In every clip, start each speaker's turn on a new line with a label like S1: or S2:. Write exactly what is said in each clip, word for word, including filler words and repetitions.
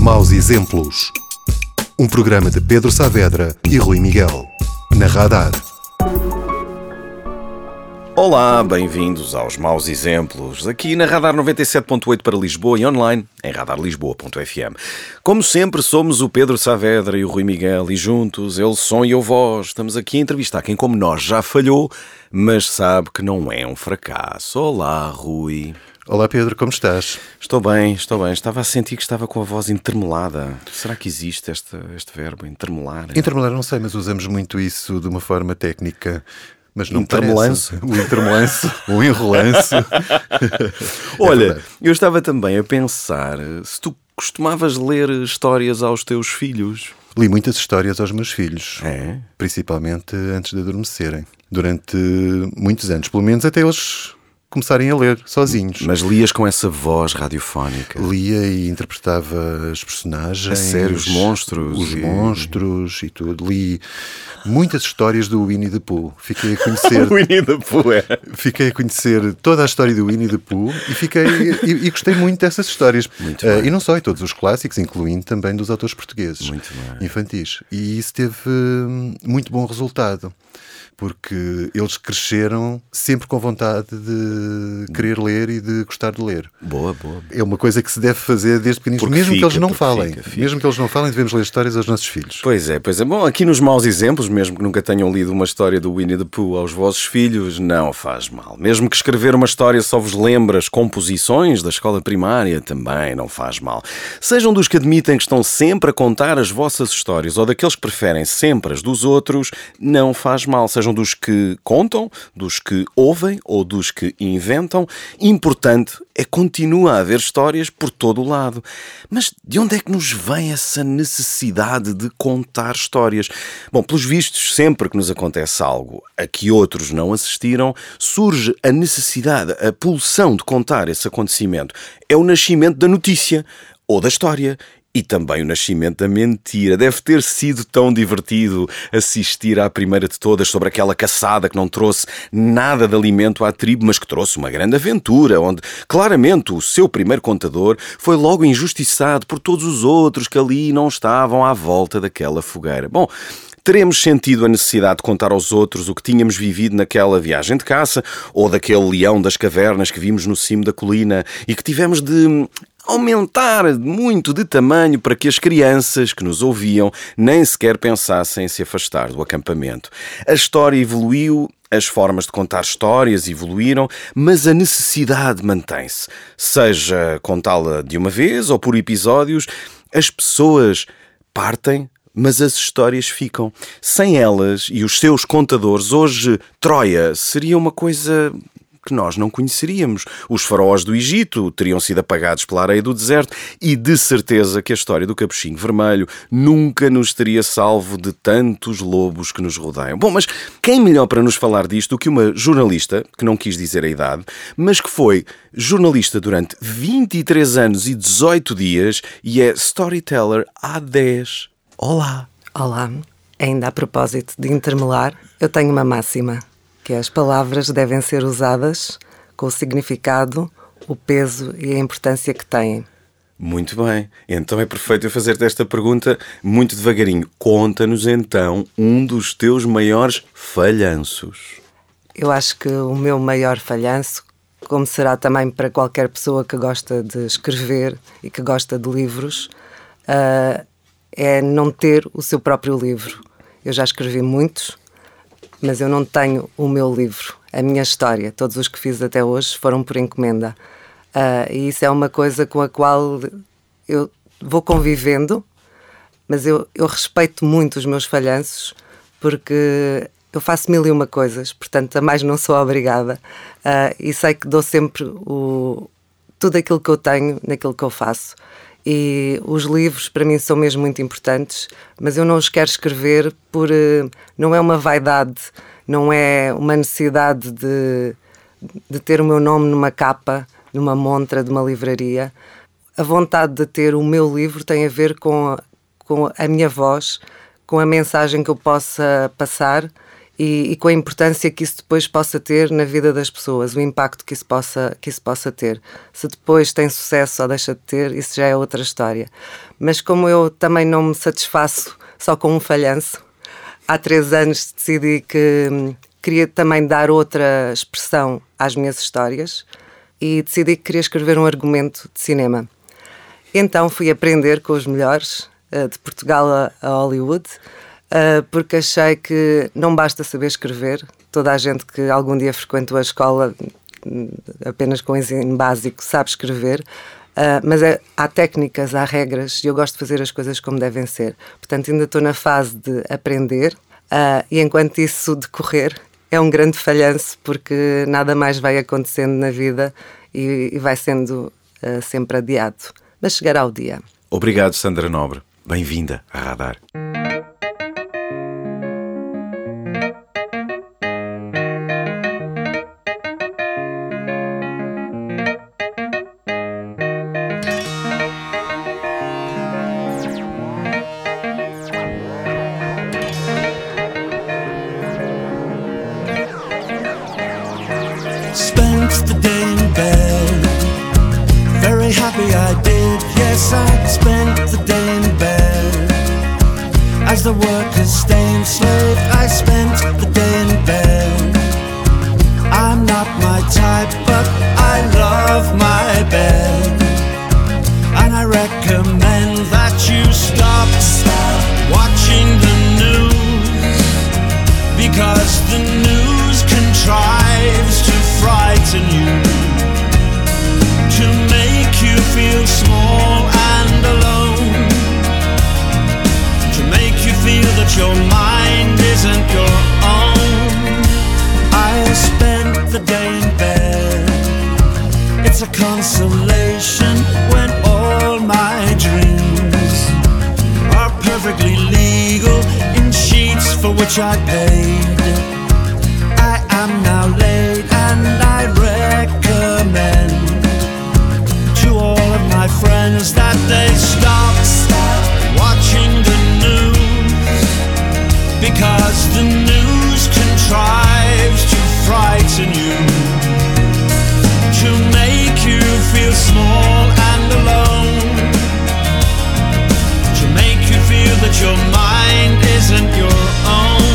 S1: Maus Exemplos. Um programa de Pedro Saavedra e Rui Miguel. Na Radar.
S2: Olá, bem-vindos aos Maus Exemplos, aqui na Radar noventa e sete ponto oito para Lisboa e online em radar lisboa ponto f m. Como sempre, somos o Pedro Saavedra e o Rui Miguel e juntos, ele som e eu voz. Estamos aqui a entrevistar quem como nós já falhou, mas sabe que não é um fracasso. Olá, Rui.
S1: Olá, Pedro, como estás?
S2: Estou bem, estou bem. Estava a sentir que estava com a voz intermelada. Será que existe este, este verbo, intermelar?
S1: Intermelar, não sei, mas usamos muito isso de uma forma técnica. Mas não
S2: intermelanço.
S1: O intermelanço, o enrolanço.
S2: Olha,
S1: é
S2: eu estava também a pensar se tu costumavas ler histórias aos teus filhos.
S1: Li muitas histórias aos meus filhos,
S2: É?
S1: principalmente antes de adormecerem. Durante muitos anos, pelo menos até eles começarem a ler sozinhos.
S2: Mas lias com essa voz radiofónica?
S1: Lia e interpretava os personagens.
S2: A sério, os monstros?
S1: Os
S2: e...
S1: monstros e tudo. Li muitas histórias do Winnie the Pooh. Fiquei a conhecer...
S2: O Winnie the Pooh, é.
S1: Fiquei a conhecer toda a história do Winnie the Pooh e, fiquei, e, e gostei muito dessas histórias.
S2: Muito
S1: uh,
S2: bem.
S1: e não só, e todos os clássicos, incluindo também dos autores portugueses.
S2: Muito bem.
S1: Infantis. E isso teve uh, muito bom resultado. Porque eles cresceram sempre com vontade de querer ler e de gostar de ler.
S2: Boa, boa.
S1: É uma coisa que se deve fazer desde pequeninos,
S2: Porque
S1: mesmo
S2: fica,
S1: que eles não
S2: porque
S1: falem.
S2: fica, fica.
S1: Mesmo que eles não falem, devemos ler histórias aos nossos filhos.
S2: Pois é, pois é. Bom, aqui nos Maus Exemplos, mesmo que nunca tenham lido uma história do Winnie the Pooh aos vossos filhos, não faz mal. Mesmo que escrever uma história só vos lembra as composições da escola primária, também não faz mal. Sejam dos que admitem que estão sempre a contar as vossas histórias ou daqueles que preferem sempre as dos outros, não faz mal. Sejam dos que contam, dos que ouvem ou dos que inventam. Importante é que continua a haver histórias por todo o lado. Mas de onde é que nos vem essa necessidade de contar histórias? Bom, pelos vistos, sempre que nos acontece algo a que outros não assistiram, surge a necessidade, a pulsão de contar esse acontecimento. É o nascimento da notícia ou da história. E também o nascimento da mentira. Deve ter sido tão divertido assistir à primeira de todas sobre aquela caçada que não trouxe nada de alimento à tribo, mas que trouxe uma grande aventura, onde claramente o seu primeiro contador foi logo injustiçado por todos os outros que ali não estavam à volta daquela fogueira. Bom, teremos sentido a necessidade de contar aos outros o que tínhamos vivido naquela viagem de caça ou daquele leão das cavernas que vimos no cimo da colina e que tivemos de aumentar muito de tamanho para que as crianças que nos ouviam nem sequer pensassem em se afastar do acampamento. A história evoluiu, as formas de contar histórias evoluíram, mas a necessidade mantém-se. Seja contá-la de uma vez ou por episódios, as pessoas partem, mas as histórias ficam. Sem elas e os seus contadores, hoje Troia seria uma coisa que nós não conheceríamos. Os faraós do Egito teriam sido apagados pela areia do deserto e de certeza que a história do Capuchinho Vermelho nunca nos teria salvo de tantos lobos que nos rodeiam. Bom, mas quem melhor para nos falar disto do que uma jornalista, que não quis dizer a idade, mas que foi jornalista durante vinte e três anos e dezoito dias e é storyteller há dez. Olá!
S3: Olá! Ainda a propósito de intermelar, eu tenho uma máxima, que as palavras devem ser usadas com o significado, o peso e a importância que têm.
S2: Muito bem. Então é perfeito eu fazer-te esta pergunta muito devagarinho. Conta-nos então um dos teus maiores falhanços.
S3: Eu acho que o meu maior falhanço, como será também para qualquer pessoa que gosta de escrever e que gosta de livros, uh, é não ter o seu próprio livro. Eu já escrevi muitos, mas eu não tenho o meu livro, a minha história. Todos os que fiz até hoje foram por encomenda. Uh, e isso é uma coisa com a qual eu vou convivendo, mas eu, eu respeito muito os meus falhanços, porque eu faço mil e uma coisas, portanto, a mais não sou obrigada. Uh, e sei que dou sempre o, tudo aquilo que eu tenho naquilo que eu faço. E os livros para mim são mesmo muito importantes, mas eu não os quero escrever por... não é uma vaidade, não é uma necessidade de, de ter o meu nome numa capa, numa montra de uma livraria. A vontade de ter o meu livro tem a ver com a, com a minha voz, com a mensagem que eu possa passar e, e com a importância que isso depois possa ter na vida das pessoas, o impacto que isso possa, que isso possa ter. Se depois tem sucesso ou deixa de ter, isso já é outra história. Mas como eu também não me satisfaço só com um falhanço, há três anos decidi que hum, queria também dar outra expressão às minhas histórias e decidi que queria escrever um argumento de cinema. Então fui aprender com os melhores, uh, de Portugal a, a Hollywood, uh, porque achei que não basta saber escrever. Toda a gente que algum dia frequentou a escola apenas com ensino básico sabe escrever, uh, mas é, há técnicas, há regras e eu gosto de fazer as coisas como devem ser. Portanto, ainda estou na fase de aprender uh, e enquanto isso decorrer é um grande falhanço, porque nada mais vai acontecendo na vida e, e vai sendo uh, sempre adiado. Mas chegará o dia.
S2: Obrigado, Sandra Nobre. Bem-vinda a Radar.
S4: Spent the day in bed, very happy I did. Yes, I spent the day in bed. As the workers stay enslaved, I spent the day in bed. I'm not my type, but I love my bed. And I recommend that you stop, stop watching the news, because the news contrives to frighten you, to make you feel small and alone, to make you feel that your mind isn't your own. I spent the day in bed. It's a consolation when all my dreams are perfectly legal in sheets for which I paid. I am now late and I recommend to all of my friends that they stop, stop watching the news, because the news contrives to frighten you, to make you feel small and alone, to make you feel that your mind isn't your own.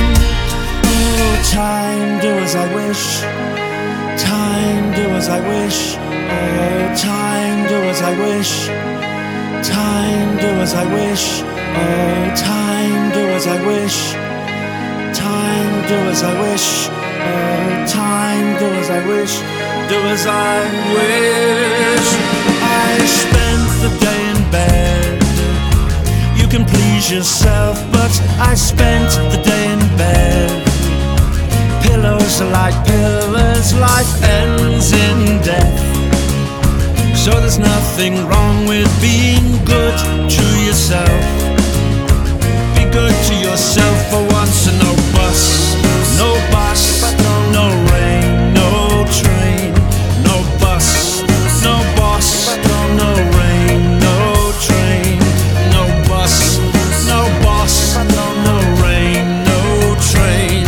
S4: Time, do as I wish. Time, do as I wish. Oh, time, do as I wish. Time, do as I wish. Oh, time, do as I wish. Time, do as I wish. Oh, time, do as I wish. Do as I wish. I spent the day in bed. You can please yourself, but I spent the day in bed. Pillows are like pillars, life ends in death. So there's nothing wrong with being good to yourself. Be good to yourself for once, and no bus, no bus, no rain, no train, no bus, no bus, no rain, no train, no bus, no bus, no rain, no train.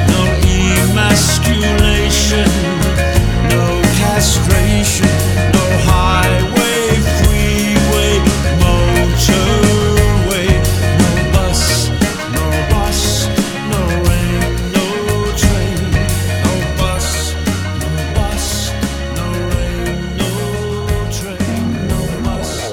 S4: Emasculation, no castration, no highway, freeway, motorway, no bus, no bus, no rain, no train, no bus, no bus, no rain, no train, no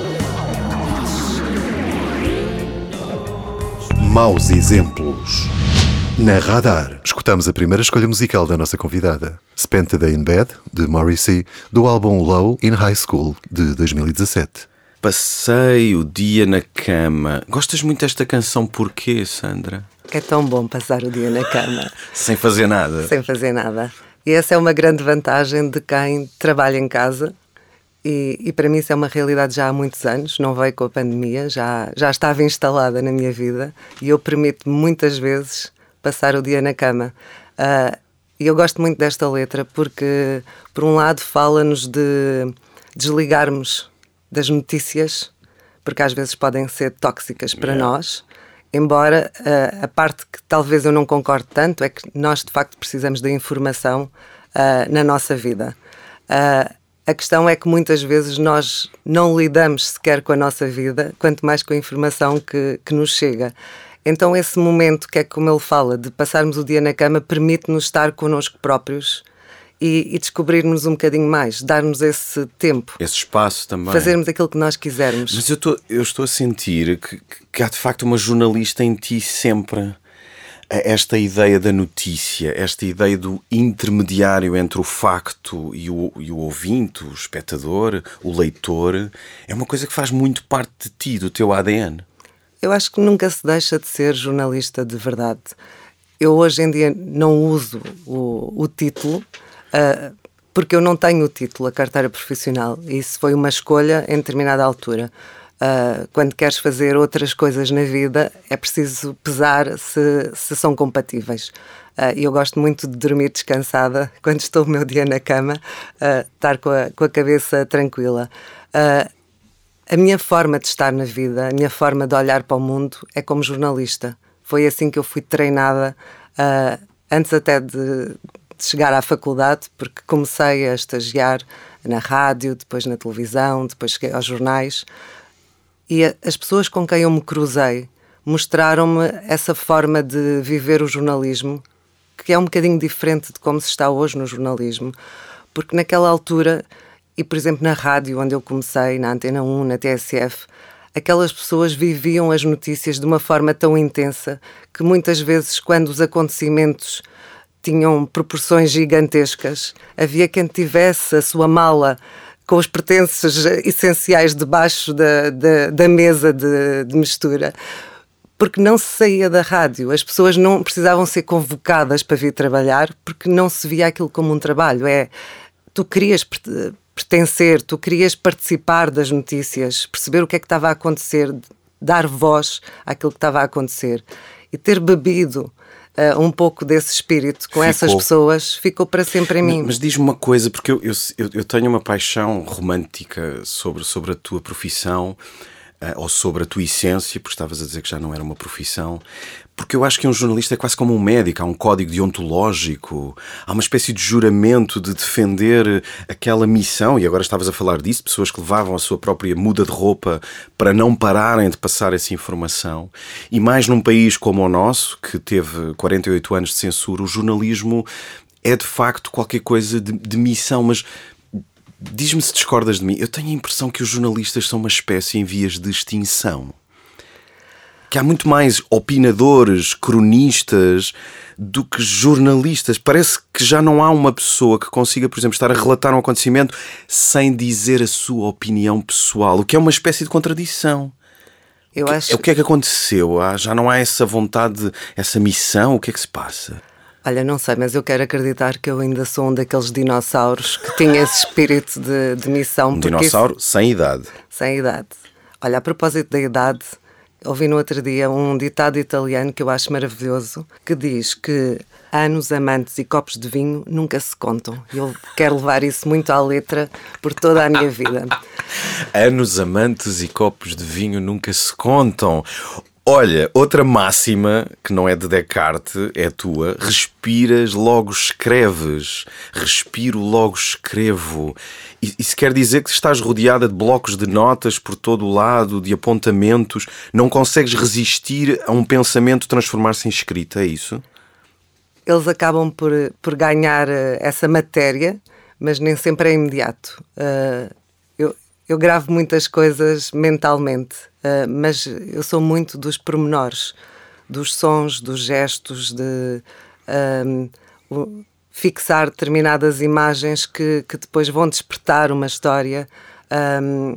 S4: bus.
S1: Maus exemplos. Na Radar, escutamos a primeira escolha musical da nossa convidada, Spent the Day in Bed, de Morrissey, do álbum Low in High School, de dois mil e dezassete.
S2: Passei o dia na cama. Gostas muito desta canção, porquê, Sandra?
S3: É tão bom passar o dia na cama.
S2: Sem fazer nada.
S3: Sem fazer nada. E essa é uma grande vantagem de quem trabalha em casa. E, e para mim isso é uma realidade já há muitos anos, não veio com a pandemia, já, já estava instalada na minha vida. E eu permito muitas vezes passar o dia na cama. Uh, e eu gosto muito desta letra porque, por um lado, fala-nos de desligarmos das notícias, porque às vezes podem ser tóxicas para
S2: Yeah.
S3: nós, embora uh, a parte que talvez eu não concorde tanto é que nós de facto precisamos da informação uh, na nossa vida. Uh, a questão é que muitas vezes nós não lidamos sequer com a nossa vida, quanto mais com a informação que, que nos chega. Então esse momento, que é como ele fala, de passarmos o dia na cama, permite-nos estar connosco próprios e, e descobrirmos um bocadinho mais, darmos esse tempo.
S2: Esse espaço também.
S3: Fazermos aquilo que nós quisermos.
S2: Mas eu, tô, eu estou a sentir que, que há de facto uma jornalista em ti sempre. Esta ideia da notícia, esta ideia do intermediário entre o facto e o, e o ouvinte, o espectador, o leitor, é uma coisa que faz muito parte de ti, do teu A D N.
S3: Eu acho que nunca se deixa de ser jornalista de verdade. Eu hoje em dia não uso o, o título, uh, porque eu não tenho o título, a carteira profissional. Isso foi uma escolha em determinada altura. Uh, quando queres fazer outras coisas na vida, é preciso pesar se, se são compatíveis. E uh, eu gosto muito de dormir descansada quando estou o meu dia na cama, uh, estar com a, com a cabeça tranquila. Uh, a minha forma de estar na vida, a minha forma de olhar para o mundo é como jornalista. Foi assim que eu fui treinada, uh, antes até de, de chegar à faculdade, porque comecei a estagiar na rádio, depois na televisão, depois cheguei aos jornais. E as pessoas com quem eu me cruzei mostraram-me essa forma de viver o jornalismo, que é um bocadinho diferente de como se está hoje no jornalismo, porque naquela altura, e por exemplo na rádio onde eu comecei, na Antena um, na T S F, aquelas pessoas viviam as notícias de uma forma tão intensa que muitas vezes, quando os acontecimentos tinham proporções gigantescas, havia quem tivesse a sua mala com os pertences essenciais debaixo da, da, da mesa de, de mistura, porque não se saía da rádio. As pessoas não precisavam ser convocadas para vir trabalhar, porque não se via aquilo como um trabalho. É, tu querias pertencer, tu querias participar das notícias, perceber o que é que estava a acontecer, dar voz àquilo que estava a acontecer. E ter bebido Uh, um pouco desse espírito com ficou. Essas pessoas ficou para sempre em mim.
S2: Mas, mas diz-me uma coisa, porque eu, eu, eu tenho uma paixão romântica sobre, sobre a tua profissão, uh, ou sobre a tua essência, porque estavas a dizer que já não era uma profissão, porque eu acho que um jornalista é quase como um médico, há um código deontológico, há uma espécie de juramento de defender aquela missão, e agora estavas a falar disso, pessoas que levavam a sua própria muda de roupa para não pararem de passar essa informação. E mais num país como o nosso, que teve quarenta e oito anos de censura, o jornalismo é de facto qualquer coisa de, de missão, mas diz-me se discordas de mim, eu tenho a impressão que os jornalistas são uma espécie em vias de extinção. Que há muito mais opinadores, cronistas, do que jornalistas. Parece que já não há uma pessoa que consiga, por exemplo, estar a relatar um acontecimento sem dizer a sua opinião pessoal, o que é uma espécie de contradição.
S3: Eu acho...
S2: O que é que aconteceu? Já não há essa vontade, essa missão? O que é que se passa?
S3: Olha, não sei, mas eu quero acreditar que eu ainda sou um daqueles dinossauros que tinha esse espírito de, de missão.
S2: Um dinossauro isso... sem idade.
S3: Sem idade. Olha, a propósito da idade... Ouvi no outro dia um ditado italiano que eu acho maravilhoso, que diz que anos, amantes e copos de vinho nunca se contam. E eu quero levar isso muito à letra por toda a minha vida.
S2: Anos, amantes e copos de vinho nunca se contam. Olha, outra máxima, que não é de Descartes, é tua. Respiras, logo escreves. Respiro, logo escrevo. Isso quer dizer que estás rodeada de blocos de notas por todo o lado, de apontamentos. Não consegues resistir a um pensamento transformar-se em escrita, é isso?
S3: Eles acabam por, por ganhar essa matéria, mas nem sempre é imediato. Uh, eu, eu gravo muitas coisas mentalmente, uh, mas eu sou muito dos pormenores, dos sons, dos gestos, de... Uh, fixar determinadas imagens que, que depois vão despertar uma história. Um,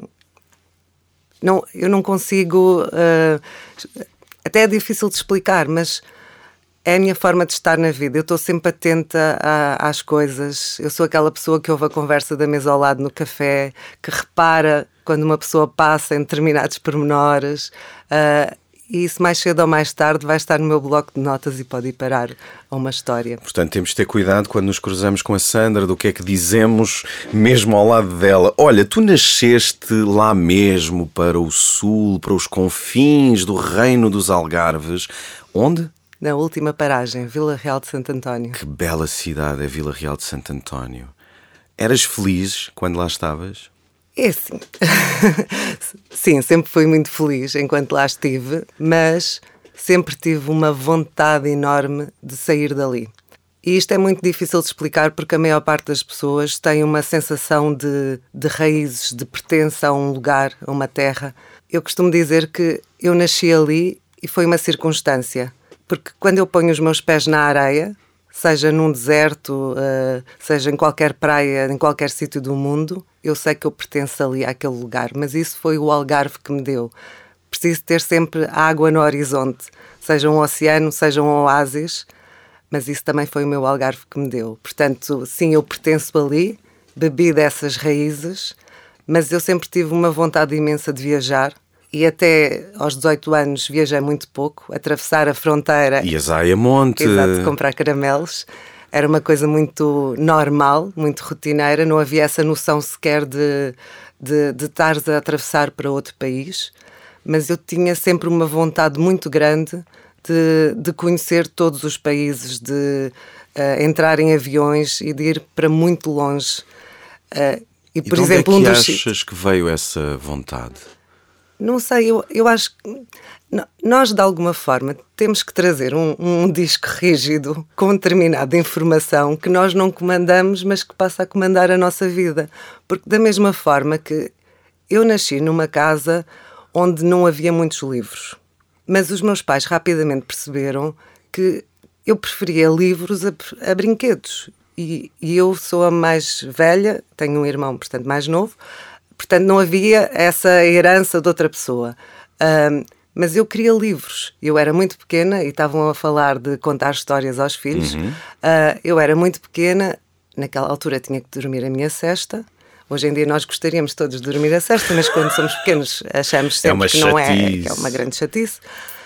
S3: não, eu não consigo... Uh, até é difícil de explicar, mas é a minha forma de estar na vida. Eu estou sempre atenta a, às coisas. Eu sou aquela pessoa que ouve a conversa da mesa ao lado no café, que repara quando uma pessoa passa em determinados pormenores. Uh, e isso mais cedo ou mais tarde vai estar no meu bloco de notas e pode ir parar a uma história.
S2: Portanto, temos de ter cuidado quando nos cruzamos com a Sandra do que é que dizemos mesmo ao lado dela. Olha, tu nasceste lá mesmo, para o sul, para os confins do reino dos Algarves. Onde?
S3: Na última paragem, Vila Real de Santo António.
S2: Que bela cidade é Vila Real de Santo António. Eras feliz quando lá estavas?
S3: É assim. Sim, sempre fui muito feliz enquanto lá estive, mas sempre tive uma vontade enorme de sair dali. E isto é muito difícil de explicar porque a maior parte das pessoas tem uma sensação de, de raízes, de pertença a um lugar, a uma terra. Eu costumo dizer que eu nasci ali e foi uma circunstância. Porque quando eu ponho os meus pés na areia, seja num deserto, uh, seja em qualquer praia, em qualquer sítio do mundo, eu sei que eu pertenço ali àquele lugar. Mas isso foi o Algarve que me deu. Preciso ter sempre água no horizonte, seja um oceano, seja um oásis, mas isso também foi o meu Algarve que me deu. Portanto, sim, eu pertenço ali, bebi dessas raízes, mas eu sempre tive uma vontade imensa de viajar. E até aos dezoito anos viajei muito pouco, atravessar a fronteira.
S2: Ias a Ayamonte.
S3: Exato, comprar caramelos. Era uma coisa muito normal, muito rotineira, não havia essa noção sequer de, de, de estares a atravessar para outro país. Mas eu tinha sempre uma vontade muito grande de, de conhecer todos os países, de uh, entrar em aviões e de ir para muito longe. Uh, e,
S2: e
S3: por
S2: de
S3: exemplo,
S2: onde é que
S3: um dos...
S2: achas que veio essa vontade?
S3: Não sei, eu, eu acho que nós, de alguma forma, temos que trazer um, um disco rígido com determinada informação que nós não comandamos, mas que passa a comandar a nossa vida. Porque da mesma forma que eu nasci numa casa onde não havia muitos livros, mas os meus pais rapidamente perceberam que eu preferia livros a, a brinquedos. E, e eu sou a mais velha, tenho um irmão, portanto, mais novo. Portanto, não havia essa herança de outra pessoa. Um, mas eu queria livros. Eu era muito pequena e estavam a falar de contar histórias aos filhos. Uhum. Uh, eu era muito pequena, naquela altura tinha que dormir a minha sesta. Hoje em dia nós gostaríamos todos de dormir a sesta, mas quando somos pequenos achamos sempre é que não é, que é uma grande chatice.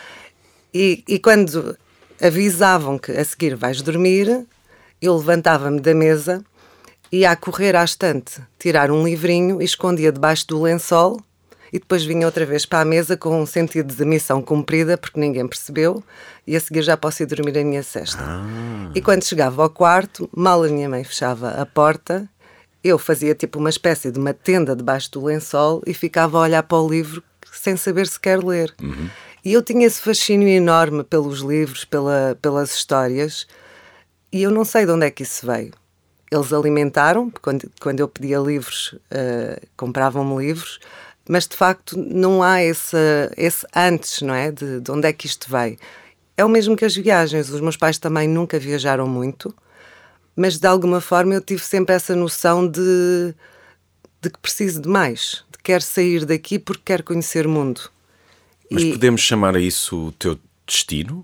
S3: E, e quando avisavam que a seguir vais dormir, eu levantava-me da mesa, ia a correr à estante, tirar um livrinho e escondia debaixo do lençol e depois vinha outra vez para a mesa com um sentido de missão cumprida, porque ninguém percebeu, e a seguir já posso ir dormir a minha cesta. Ah. E quando chegava ao quarto, mal a minha mãe fechava a porta, eu fazia tipo uma espécie de uma tenda debaixo do lençol e ficava a olhar para o livro sem saber sequer ler. Uhum. E eu tinha esse fascínio enorme pelos livros, pela, pelas histórias, e eu não sei de onde é que isso veio. Eles alimentaram, quando, quando eu pedia livros, uh, compravam-me livros, mas de facto não há esse, esse antes, não é? De, de onde é que isto veio. É o mesmo que as viagens. Os meus pais também nunca viajaram muito, mas de alguma forma eu tive sempre essa noção de, de que preciso de mais, de quero sair daqui porque quero conhecer o mundo.
S2: Mas
S3: e,
S2: podemos chamar a isso o teu destino?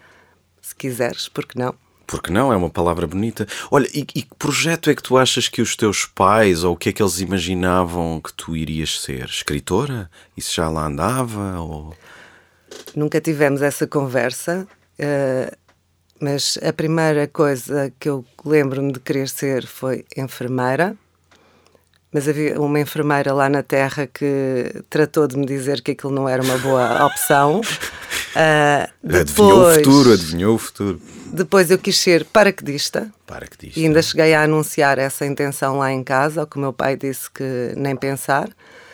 S3: Se quiseres, porque não?
S2: Porque não, é uma palavra bonita. Olha, e, e que projeto é que tu achas que os teus pais, ou o que é que eles imaginavam que tu irias ser? Escritora? Isso já lá andava? Ou...
S3: Nunca tivemos essa conversa, uh, mas a primeira coisa que eu lembro-me de querer ser foi enfermeira. Mas havia uma enfermeira lá na Terra que tratou de me dizer que aquilo não era uma boa opção. Uh, depois,
S2: adivinhou o futuro, adivinhou o futuro.
S3: Depois eu quis ser paraquedista.
S2: Paraquedista.
S3: E ainda cheguei a anunciar essa intenção lá em casa, ao que o meu pai disse que nem pensar.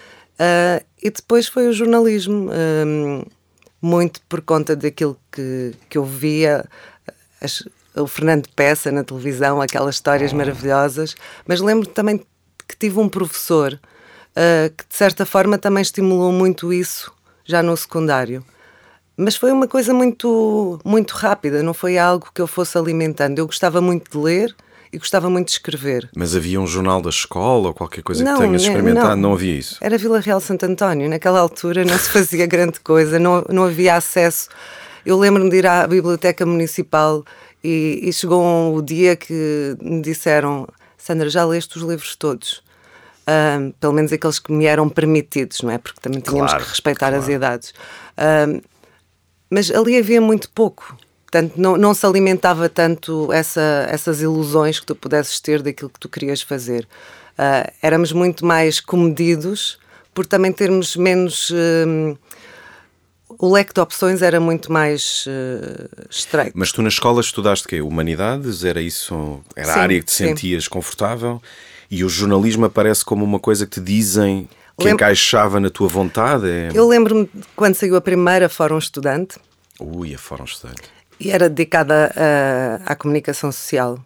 S3: Uh, e depois foi o jornalismo, um, muito por conta daquilo que, que eu via, as, o Fernando Peça na televisão, aquelas histórias oh. maravilhosas. Mas lembro também que tive um professor uh, que de certa forma também estimulou muito isso, já no secundário. Mas foi uma coisa muito, muito rápida, não foi algo que eu fosse alimentando. Eu gostava muito de ler e gostava muito de escrever.
S2: Mas havia um jornal da escola ou qualquer coisa
S3: não,
S2: que tenhas experimentado?
S3: Não,
S2: não havia isso?
S3: Era Vila Real de Santo António. Naquela altura não se fazia grande coisa, não, não havia acesso. Eu lembro-me de ir à Biblioteca Municipal e, e chegou o dia que me disseram: Sandra, já leste os livros todos? Um, pelo menos aqueles que me eram permitidos, não é? Porque também tínhamos
S2: claro,
S3: que respeitar
S2: claro.
S3: as idades. Um, mas ali havia muito pouco. Portanto, não, não se alimentava tanto essa, essas ilusões que tu pudesses ter daquilo que tu querias fazer. Uh, éramos muito mais comedidos por também termos menos... Uh, o leque de opções era muito mais uh, estreito.
S2: Mas tu na escola estudaste o quê? Humanidades? Era isso? Era
S3: Sim,
S2: a área que te
S3: sim.
S2: sentias confortável? E o jornalismo aparece como uma coisa que te dizem que
S3: Lem-
S2: encaixava na tua vontade? É...
S3: Eu lembro-me de quando saiu a primeira Fórum Estudante,
S2: Ui, a Fórum Estudante.
S3: e era dedicada a, à comunicação social.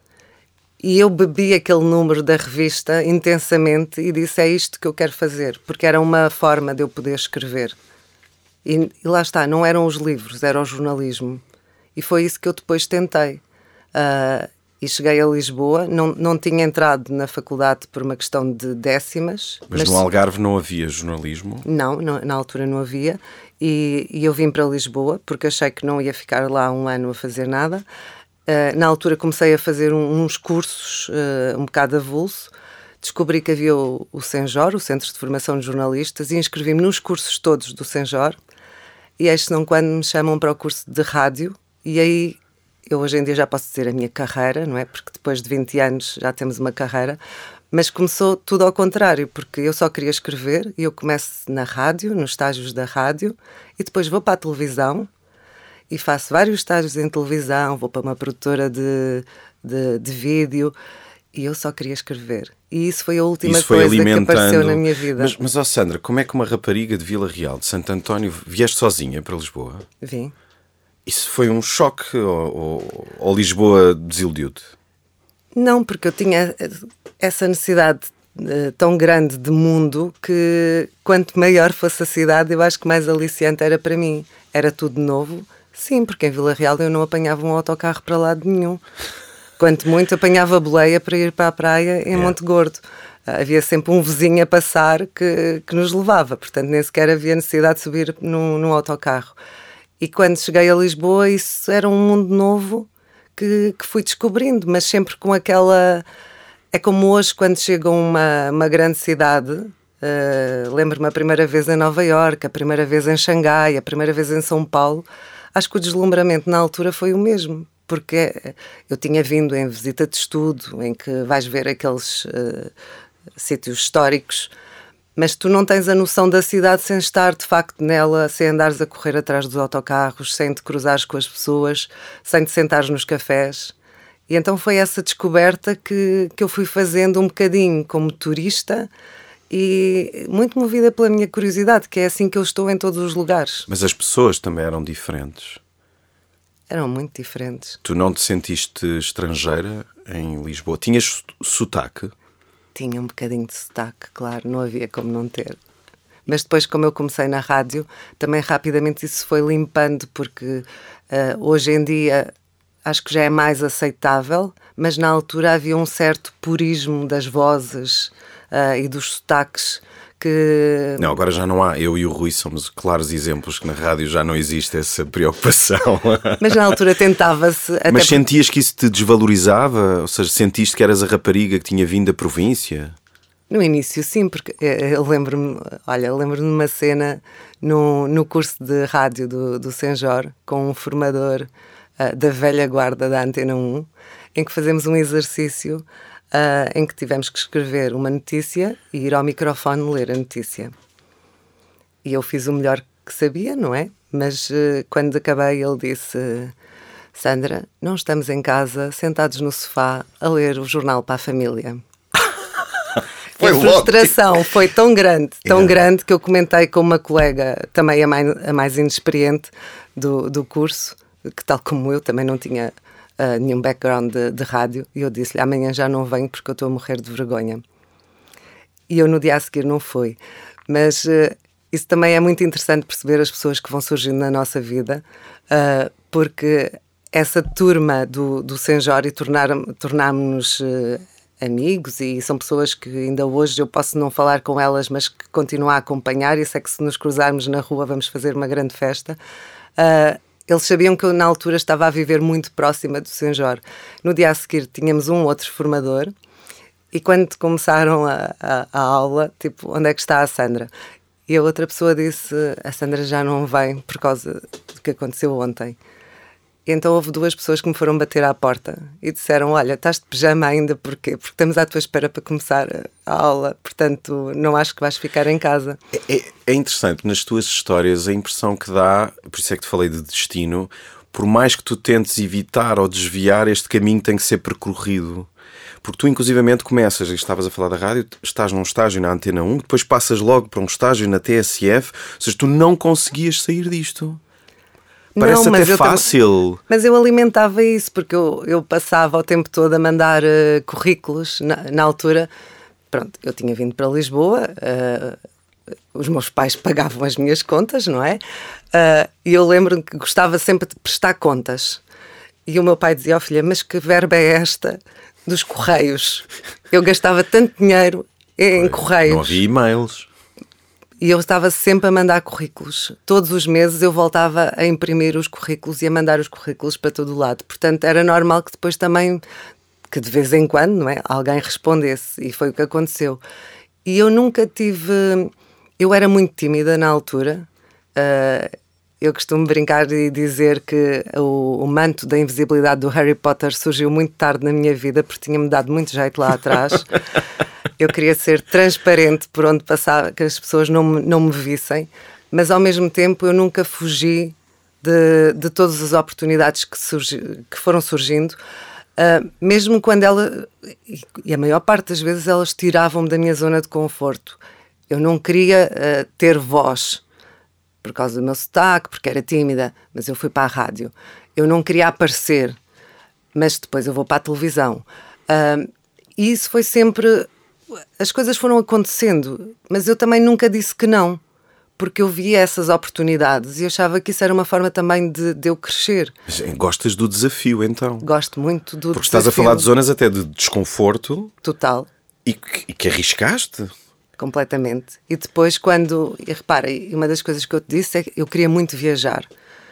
S3: E eu bebi aquele número da revista intensamente e disse, é isto que eu quero fazer, porque era uma forma de eu poder escrever. E, e lá está, não eram os livros, era o jornalismo. E foi isso que eu depois tentei. Uh, e cheguei a Lisboa, não, não tinha entrado na faculdade por uma questão de décimas.
S2: Mas, mas no Algarve não havia jornalismo?
S3: Não, não, na altura não havia. E, e eu vim para Lisboa, porque achei que não ia ficar lá um ano a fazer nada. Uh, na altura comecei a fazer um, uns cursos, uh, um bocado avulso. Descobri que havia o, o Senjor, o Centro de Formação de Jornalistas, e inscrevi-me nos cursos todos do Senjor. E eis não quando me chamam para o curso de rádio, e aí eu hoje em dia já posso dizer a minha carreira, não é? Porque depois de vinte anos já temos uma carreira, mas começou tudo ao contrário, porque eu só queria escrever, e eu começo na rádio, nos estágios da rádio, e depois vou para a televisão, e faço vários estágios em televisão, vou para uma produtora de, de, de vídeo, e eu só queria escrever. E isso foi a última
S2: isso foi
S3: coisa que
S2: alimentando...
S3: apareceu na minha vida.
S2: Mas, mas ó Sandra, como é que uma rapariga de Vila Real, de Santo António, vieste sozinha para Lisboa?
S3: Vim.
S2: Isso foi um choque ou, ou, ou Lisboa desiludiu-te?
S3: Não, porque eu tinha essa necessidade uh, tão grande de mundo que quanto maior fosse a cidade, eu acho que mais aliciante era para mim. Era tudo novo. Sim, porque em Vila Real eu não apanhava um autocarro para lado nenhum. Quanto muito apanhava boleia para ir para a praia em
S2: é.
S3: Monte Gordo. Uh, havia sempre um vizinho a passar que, que nos levava, portanto nem sequer havia necessidade de subir num, num autocarro. E quando cheguei a Lisboa, isso era um mundo novo que, que fui descobrindo, mas sempre com aquela... É como hoje, quando chego a uma, uma grande cidade, uh, lembro-me a primeira vez em Nova Iorque, a primeira vez em Xangai, a primeira vez em São Paulo, acho que o deslumbramento na altura foi o mesmo, porque eu tinha vindo em visita de estudo, em que vais ver aqueles uh, sítios históricos, mas tu não tens a noção da cidade sem estar de facto nela, sem andares a correr atrás dos autocarros, sem te cruzares com as pessoas, sem te sentares nos cafés. E então foi essa descoberta que, que eu fui fazendo um bocadinho como turista e muito movida pela minha curiosidade, que é assim que eu estou em todos os lugares.
S2: Mas as pessoas também eram diferentes.
S3: Eram muito diferentes.
S2: Tu não te sentiste estrangeira em Lisboa? Tinhas sotaque?
S3: Tinha um bocadinho de sotaque, claro, não havia como não ter. Mas depois, como eu comecei na rádio, também rapidamente isso foi limpando, porque uh, hoje em dia acho que já é mais aceitável, mas na altura havia um certo purismo das vozes uh, e dos sotaques que...
S2: Não, agora já não há. Eu e o Rui somos claros exemplos que na rádio já não existe essa preocupação.
S3: Mas na altura tentava-se...
S2: Mas
S3: até
S2: sentias que isso te desvalorizava? Ou seja, sentiste que eras a rapariga que tinha vindo da província?
S3: No início, sim, porque eu lembro-me, olha, eu lembro-me de uma cena no, no curso de rádio do, do Senjor, com um formador uh, da velha guarda da Antena um, em que fazemos um exercício uh, em que tivemos que escrever uma notícia e ir ao microfone ler a notícia. E eu fiz o melhor que sabia, não é? Mas uh, quando acabei ele disse... Sandra, não estamos em casa, sentados no sofá, a ler o jornal para a família.
S2: Foi
S3: a frustração foi tão grande, tão yeah. grande, que eu comentei com uma colega, também a mais, a mais inexperiente do, do curso, que tal como eu, também não tinha uh, nenhum background de, de rádio, e eu disse-lhe, amanhã já não venho porque eu estou a morrer de vergonha. E eu no dia a seguir não fui. Mas uh, isso também é muito interessante perceber as pessoas que vão surgindo na nossa vida, uh, porque essa turma do, do Senjor e tornar, tornámos-nos... Uh, amigos, e são pessoas que ainda hoje eu posso não falar com elas, mas que continuam a acompanhar, e sei que se nos cruzarmos na rua vamos fazer uma grande festa. Uh, eles sabiam que eu na altura estava a viver muito próxima do Senjor. No dia a seguir tínhamos um outro formador, e quando começaram a, a, a aula, tipo, onde é que está a Sandra? E a outra pessoa disse, a Sandra já não vem por causa do que aconteceu ontem. E então houve duas pessoas que me foram bater à porta e disseram, olha, estás de pijama ainda, porquê? Porque estamos à tua espera para começar a aula, portanto não acho que vais ficar em casa.
S2: É, é interessante, nas tuas histórias a impressão que dá, por isso é que te falei de destino, por mais que tu tentes evitar ou desviar, este caminho tem que ser percorrido. Porque tu inclusivamente começas, e estavas a falar da rádio, estás num estágio na Antena um, depois passas logo para um estágio na T S F, ou seja, tu não conseguias sair disto. Parece
S3: não,
S2: até fácil.
S3: Tam... Mas eu alimentava isso, porque eu, eu passava o tempo todo a mandar uh, currículos na, na altura. Pronto, eu tinha vindo para Lisboa, uh, os meus pais pagavam as minhas contas, não é? Uh, e eu lembro-me que gostava sempre de prestar contas. E o meu pai dizia, ó oh, filha, mas que verba é esta dos correios? Eu gastava tanto dinheiro em correios.
S2: Não havia e-mails.
S3: E eu estava sempre a mandar currículos. Todos os meses eu voltava a imprimir os currículos e a mandar os currículos para todo o lado. Portanto, era normal que depois também, que de vez em quando, não é, alguém respondesse. E foi o que aconteceu. E eu nunca tive... Eu era muito tímida na altura. Uh, eu costumo brincar e dizer que o, o manto da invisibilidade do Harry Potter surgiu muito tarde na minha vida, porque tinha-me dado muito jeito lá atrás. Eu queria ser transparente por onde passava, que as pessoas não me, não me vissem, mas ao mesmo tempo eu nunca fugi de, de todas as oportunidades que, surgi, que foram surgindo, uh, mesmo quando ela, e a maior parte das vezes elas tiravam-me da minha zona de conforto. Eu não queria uh, ter voz por causa do meu sotaque, porque era tímida, mas eu fui para a rádio. Eu não queria aparecer, mas depois eu vou para a televisão. Uh, e isso foi sempre... As coisas foram acontecendo, mas eu também nunca disse que não, porque eu via essas oportunidades e achava que isso era uma forma também de, de eu crescer.
S2: Mas gostas do desafio, então?
S3: Gosto muito do
S2: porque
S3: desafio.
S2: Porque estás a falar de zonas até de desconforto.
S3: Total.
S2: E que, e que arriscaste.
S3: Completamente. E depois quando... E repara, uma das coisas que eu te disse é que eu queria muito viajar.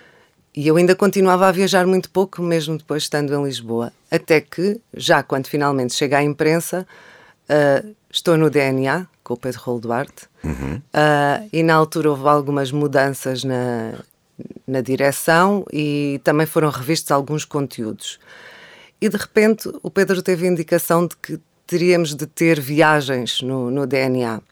S3: E eu ainda continuava a viajar muito pouco, mesmo depois estando em Lisboa. Até que, já quando finalmente chega à imprensa... Uh, estou no D N A com o Pedro Rolo Duarte.
S2: Uhum.
S3: uh, e na altura houve algumas mudanças na, na direção e também foram revistos alguns conteúdos e de repente o Pedro teve a indicação de que teríamos de ter viagens no, no D N A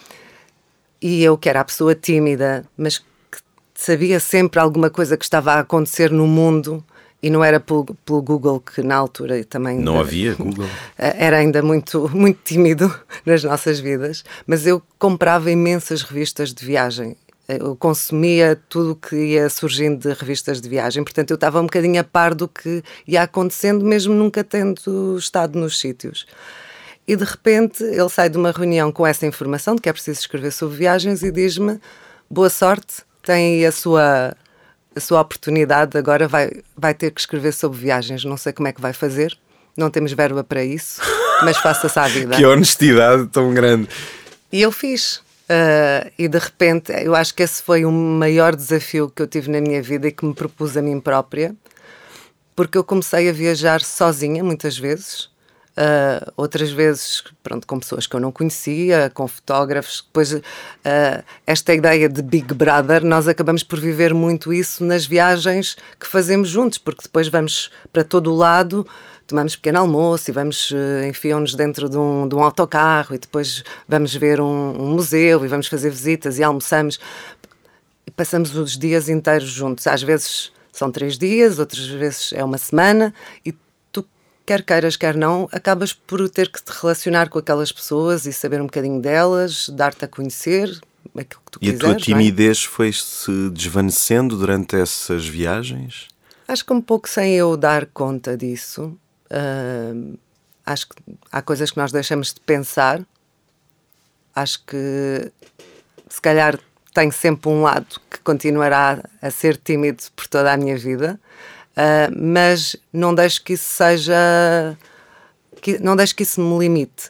S3: e eu, que era a pessoa tímida mas que sabia sempre alguma coisa que estava a acontecer no mundo. E não era pelo, pelo Google, que na altura também...
S2: Não havia Google.
S3: Era ainda muito, muito tímido nas nossas vidas. Mas eu comprava imensas revistas de viagem. Eu consumia tudo o que ia surgindo de revistas de viagem. Portanto, eu estava um bocadinho a par do que ia acontecendo, mesmo nunca tendo estado nos sítios. E de repente, ele sai de uma reunião com essa informação de que é preciso escrever sobre viagens e diz-me, boa sorte, tem aí a sua... a sua oportunidade, agora vai, vai ter que escrever sobre viagens. Não sei como é que vai fazer, não temos verba para isso, mas faça-se à vida.
S2: Que honestidade tão grande.
S3: E eu fiz. Uh, e de repente, eu acho que esse foi o maior desafio que eu tive na minha vida e que me propus a mim própria, porque eu comecei a viajar sozinha, muitas vezes. Uh, outras vezes, pronto, com pessoas que eu não conhecia, com fotógrafos. Depois, uh, esta ideia de Big Brother, nós acabamos por viver muito isso nas viagens que fazemos juntos, porque depois vamos para todo o lado, tomamos pequeno almoço e vamos, uh, enfiam-nos dentro de um, de um autocarro e depois vamos ver um, um museu e vamos fazer visitas e almoçamos. E passamos os dias inteiros juntos. Às vezes são três dias, outras vezes é uma semana e quer queiras, quer não, acabas por ter que te relacionar com aquelas pessoas e saber um bocadinho delas, dar-te a conhecer, aquilo que tu
S2: e
S3: quiseres.
S2: E a tua timidez é? Foi-se desvanecendo durante essas viagens?
S3: Acho que um pouco sem eu dar conta disso. Uh, acho que há coisas que nós deixamos de pensar. Acho que, se calhar, tenho sempre um lado que continuará a ser tímido por toda a minha vida. Uh, mas não deixo que isso seja que, não deixo que isso me limite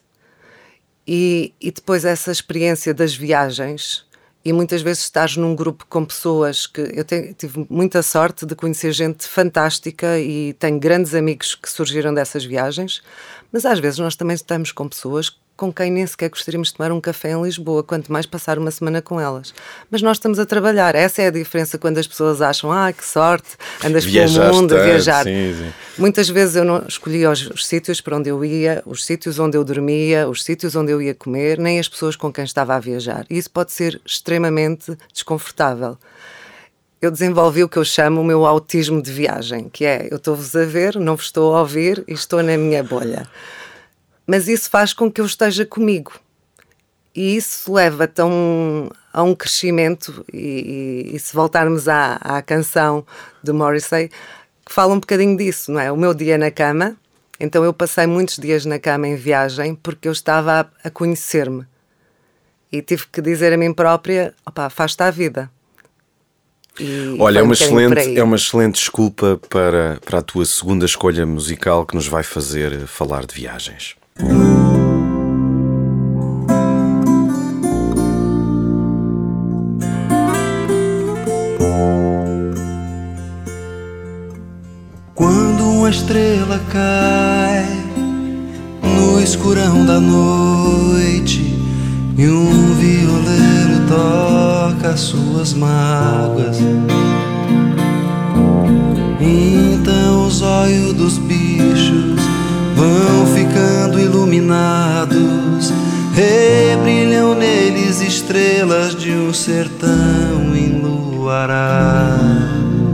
S3: e, e depois essa experiência das viagens e muitas vezes estás num grupo com pessoas que eu tenho, tive muita sorte de conhecer gente fantástica e tenho grandes amigos que surgiram dessas viagens, mas às vezes nós também estamos com pessoas com quem nem sequer gostaríamos de tomar um café em Lisboa, quanto mais passar uma semana com elas. Mas nós estamos a trabalhar. Essa é a diferença quando as pessoas acham, ah, que sorte, andas pelo mundo a viajar.
S2: Sim, sim.
S3: Muitas vezes eu não escolhia os, os sítios para onde eu ia, os sítios onde eu dormia, os sítios onde eu ia comer, nem as pessoas com quem estava a viajar. E isso pode ser extremamente desconfortável. Eu desenvolvi o que eu chamo o meu autismo de viagem, que é, eu estou-vos a ver, não vos estou a ouvir e estou na minha bolha. Mas isso faz com que eu esteja comigo. E isso leva-te a um, a um crescimento, e, e, e se voltarmos à, à canção de Morrissey, que fala um bocadinho disso, não é? O meu dia na cama, então eu passei muitos dias na cama em viagem porque eu estava a, a conhecer-me. E tive que dizer a mim própria, opá, faz-te à vida. E
S2: Olha, é
S3: um
S2: uma,
S3: excelente,
S2: é uma excelente desculpa para, para a tua segunda escolha musical que nos vai fazer falar de viagens.
S4: Quando uma estrela cai no escurão da noite e um violeiro toca as suas mágoas, então os olhos dos bichos vão ficando iluminados, rebrilham neles estrelas de um sertão enluarado.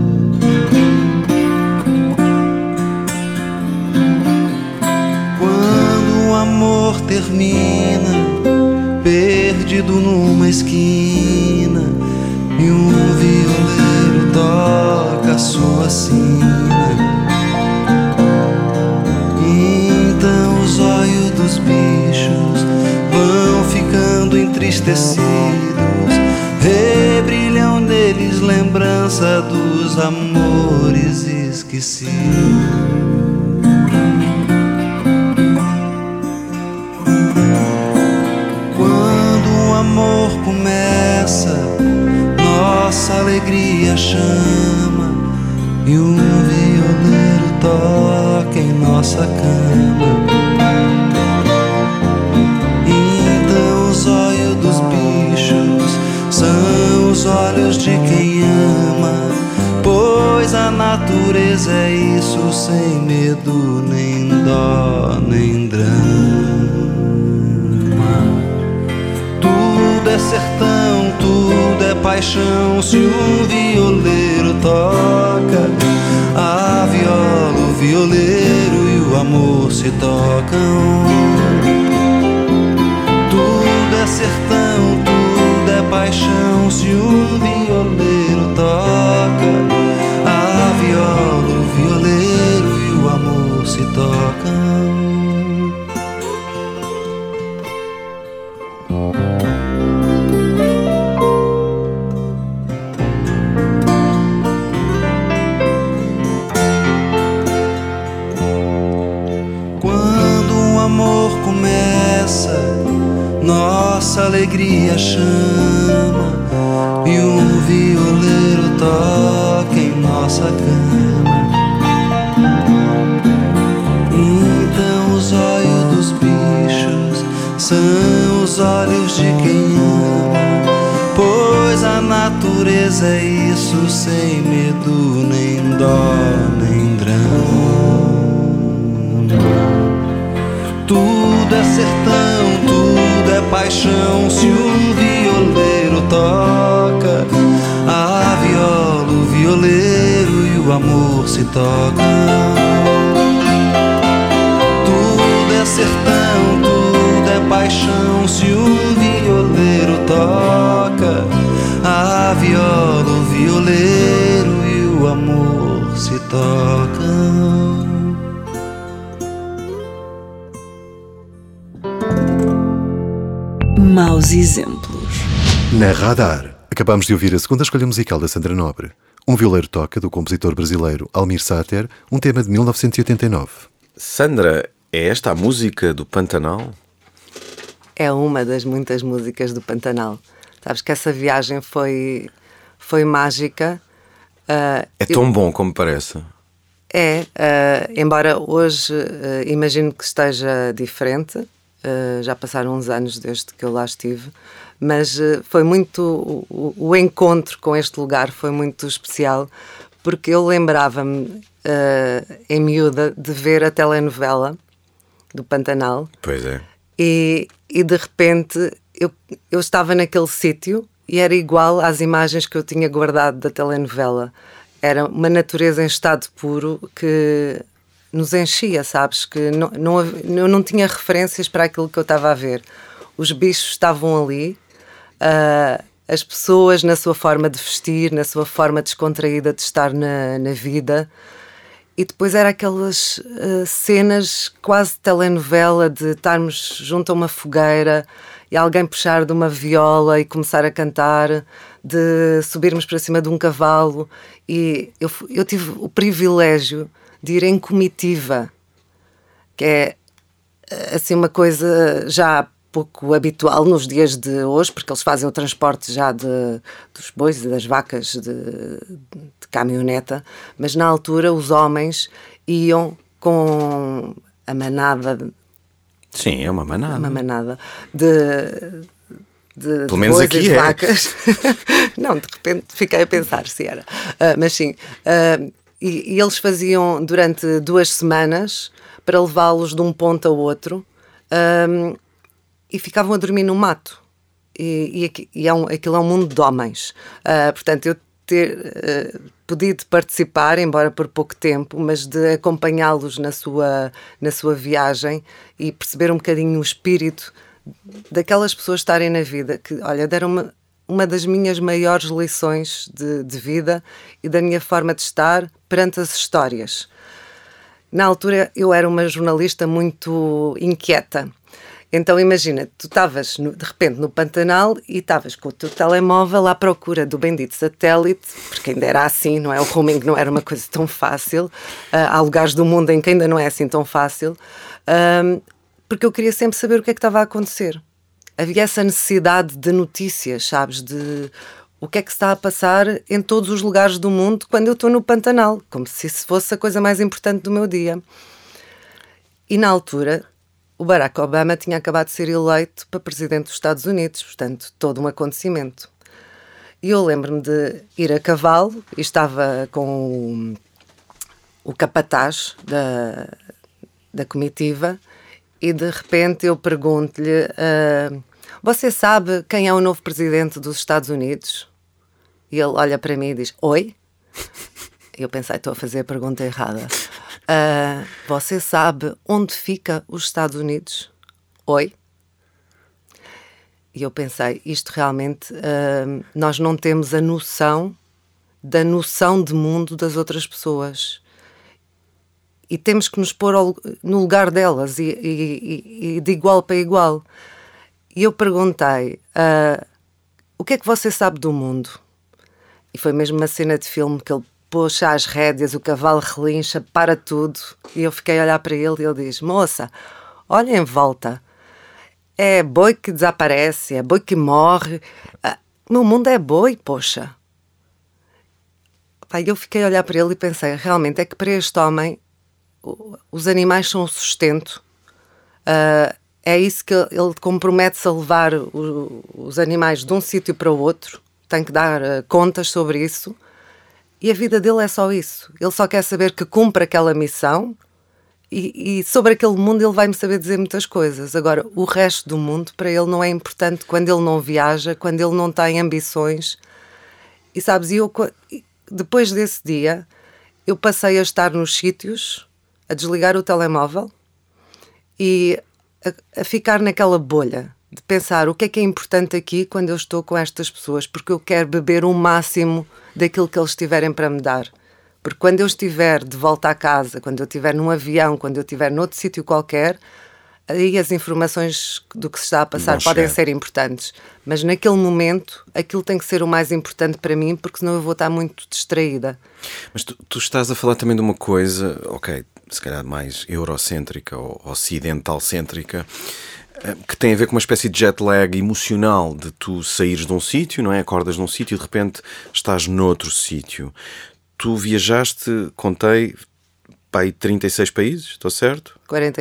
S4: Quando o amor termina, perdido numa esquina, e um violeiro toca a sua sina, então os olhos dos bichos vão ficando entristecidos, rebrilham neles lembrança dos amores esquecidos. Quando o amor começa, nossa alegria chama, e um violeiro toca em nossa cama. Então os olhos dos bichos são os olhos de quem ama, pois a natureza é isso, sem medo, nem dó, nem drama. Tudo é sertão, tudo é paixão, se um violeiro toca a viola, o violeiro e o amor se tocam. Tudo é sertão, tudo é paixão, se um violeiro toca a viola, o violeiro e o amor se tocam. Nossa alegria chama, e um violeiro toca em nossa cama. Então os olhos dos bichos são os olhos de quem ama, pois a natureza é isso, sem medo, nem dó, nem drama. Tudo é sertão, tudo é paixão, se um violeiro toca a viola, o violeiro e o amor se tocam. Tudo é sertão, tudo é paixão, se um violeiro toca a viola, o violeiro e o amor se tocam.
S5: Maus exemplos.
S1: Na Radar, acabamos de ouvir a segunda escolha musical da Sandra Nobre. Um violeiro toca, do compositor brasileiro Almir Sater, um tema de mil novecentos e oitenta e nove.
S2: Sandra, é esta a música do Pantanal?
S3: É uma das muitas músicas do Pantanal. Sabes que essa viagem foi, foi mágica. Uh,
S2: é tão eu... bom como parece.
S3: É, uh, embora hoje uh, imagino que esteja diferente. uh, já passaram uns anos desde que eu lá estive, mas uh, foi muito, o, o encontro com este lugar foi muito especial, porque eu lembrava-me, uh, em miúda, de ver a telenovela do Pantanal.
S2: Pois é.
S3: E, e de repente eu, eu estava naquele sítio e era igual às imagens que eu tinha guardado da telenovela. Era uma natureza em estado puro que nos enchia, sabes? Que não, não, eu não tinha referências para aquilo que eu estava a ver. Os bichos estavam ali, uh, as pessoas na sua forma de vestir, na sua forma descontraída de estar na, na vida. E depois era aquelas uh, cenas quase de telenovela, de estarmos junto a uma fogueira e alguém puxar de uma viola e começar a cantar, de subirmos para cima de um cavalo. E eu, eu tive o privilégio de ir em comitiva, que é assim uma coisa já pouco habitual nos dias de hoje, porque eles fazem o transporte já de, dos bois e das vacas de, de caminhoneta, mas na altura os homens iam com a manada.
S2: Sim, é uma manada.
S3: Uma manada de, de,
S2: Pelo
S3: de
S2: menos
S3: bois
S2: aqui
S3: e de
S2: é.
S3: vacas. Não, de repente fiquei a pensar se era. Uh, mas sim, uh, e, e eles faziam durante duas semanas para levá-los de um ponto ao outro. Um, E ficavam a dormir no mato. E, e, e é um, aquilo é um mundo de homens. Uh, portanto, eu ter uh, podido participar, embora por pouco tempo, mas de acompanhá-los na sua, na sua viagem e perceber um bocadinho o espírito daquelas pessoas estarem na vida, que, olha, deram-me uma das minhas maiores lições de, de vida e da minha forma de estar perante as histórias. Na altura, eu era uma jornalista muito inquieta. Então imagina, tu estavas de repente no Pantanal e estavas com o teu telemóvel à procura do bendito satélite, porque ainda era assim, não é? O roaming não era uma coisa tão fácil. Uh, há lugares do mundo em que ainda não é assim tão fácil. Um, porque eu queria sempre saber o que é que estava a acontecer. Havia essa necessidade de notícias, sabes? De o que é que se está a passar em todos os lugares do mundo quando eu estou no Pantanal, como se isso fosse a coisa mais importante do meu dia. E na altura, o Barack Obama tinha acabado de ser eleito para presidente dos Estados Unidos, portanto, todo um acontecimento. E eu lembro-me de ir a cavalo e estava com o, o capataz da, da comitiva e de repente eu pergunto-lhe: uh, você sabe quem é o novo presidente dos Estados Unidos? E ele olha para mim e diz: oi? Eu pensei, estou a fazer a pergunta errada. Uh, você sabe onde fica os Estados Unidos? Oi? E eu pensei, isto realmente, uh, nós não temos a noção da noção de mundo das outras pessoas. E temos que nos pôr ao, no lugar delas e, e, e de igual para igual. E eu perguntei, uh, o que é que você sabe do mundo? E foi mesmo uma cena de filme que ele puxa as rédeas, o cavalo relincha, para tudo. E eu fiquei a olhar para ele e ele diz: moça, olha em volta. É boi que desaparece, é boi que morre. Ah, o meu mundo é boi, poxa. Pai, eu fiquei a olhar para ele e pensei, realmente é que para este homem os animais são o sustento. Uh, é isso que ele compromete-se a levar o, os animais de um sítio para o outro. Tem que dar uh, contas sobre isso. E a vida dele é só isso. Ele só quer saber que cumpre aquela missão e, e sobre aquele mundo ele vai-me saber dizer muitas coisas. Agora, o resto do mundo para ele não é importante quando ele não viaja, quando ele não tem ambições. E sabes, eu, depois desse dia, eu passei a estar nos sítios, a desligar o telemóvel e a, a ficar naquela bolha de pensar o que é que é importante aqui quando eu estou com estas pessoas, porque eu quero beber o máximo daquilo que eles tiverem para me dar. Porque quando eu estiver de volta à casa, quando eu estiver num avião, quando eu estiver noutro sítio qualquer, aí as informações do que se está a passar
S2: Vão
S3: podem
S2: chegar.
S3: ser importantes. Mas naquele momento, aquilo tem que ser o mais importante para mim, porque senão eu vou estar muito distraída.
S2: Mas tu, tu estás a falar também de uma coisa, ok, se calhar mais eurocêntrica ou ocidental-cêntrica, que tem a ver com uma espécie de jet lag emocional, de tu saíres de um sítio, não é? Acordas num sítio e de repente estás noutro sítio. Tu viajaste, contei, para aí trinta e seis países, estou certo?
S3: quarenta e um.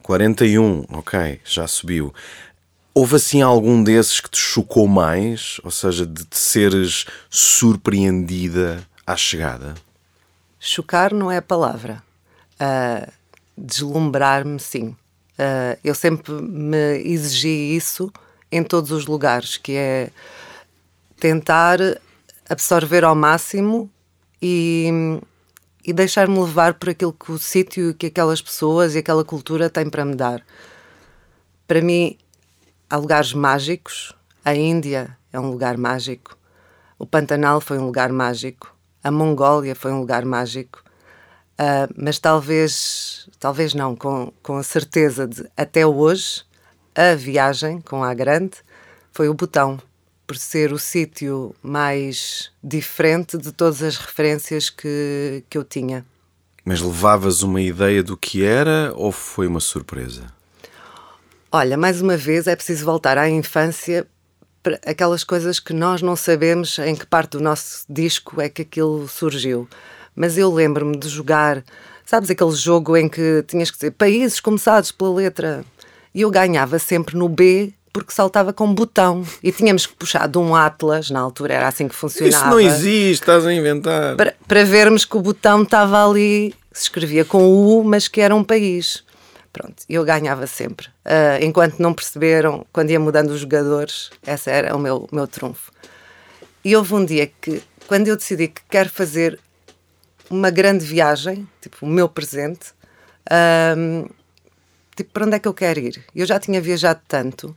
S2: quarenta e um, ok, já subiu. Houve assim algum desses que te chocou mais? Ou seja, de te seres surpreendida à chegada?
S3: Chocar não é a palavra. Uh, deslumbrar-me, sim. Uh, eu sempre me exigi isso em todos os lugares, que é tentar absorver ao máximo e, e deixar-me levar por aquilo que o sítio, que aquelas pessoas e aquela cultura têm para me dar. Para mim, há lugares mágicos. A Índia é um lugar mágico. O Pantanal foi um lugar mágico. A Mongólia foi um lugar mágico. Uh, mas talvez, talvez não, com, com a certeza de, até hoje, a viagem, com A grande, foi o Butão, por ser o sítio mais diferente de todas as referências que, que eu tinha.
S2: Mas levavas uma ideia do que era ou foi uma surpresa?
S3: Olha, mais uma vez é preciso voltar à infância, para aquelas coisas que nós não sabemos em que parte do nosso disco é que aquilo surgiu. Mas eu lembro-me de jogar, sabes, aquele jogo em que tinhas que dizer países começados pela letra, e eu ganhava sempre no B porque saltava com botão e tínhamos que puxar de um atlas, na altura era assim que funcionava.
S2: Isso não existe, estás a inventar.
S3: Para, para vermos que o botão estava ali, se escrevia com o U, mas que era um país. Pronto, eu ganhava sempre. Uh, enquanto não perceberam, quando ia mudando os jogadores, esse era o meu, o meu trunfo. E houve um dia que, quando eu decidi que quero fazer uma grande viagem, tipo o meu presente, um, tipo, para onde é que eu quero ir? Eu já tinha viajado tanto,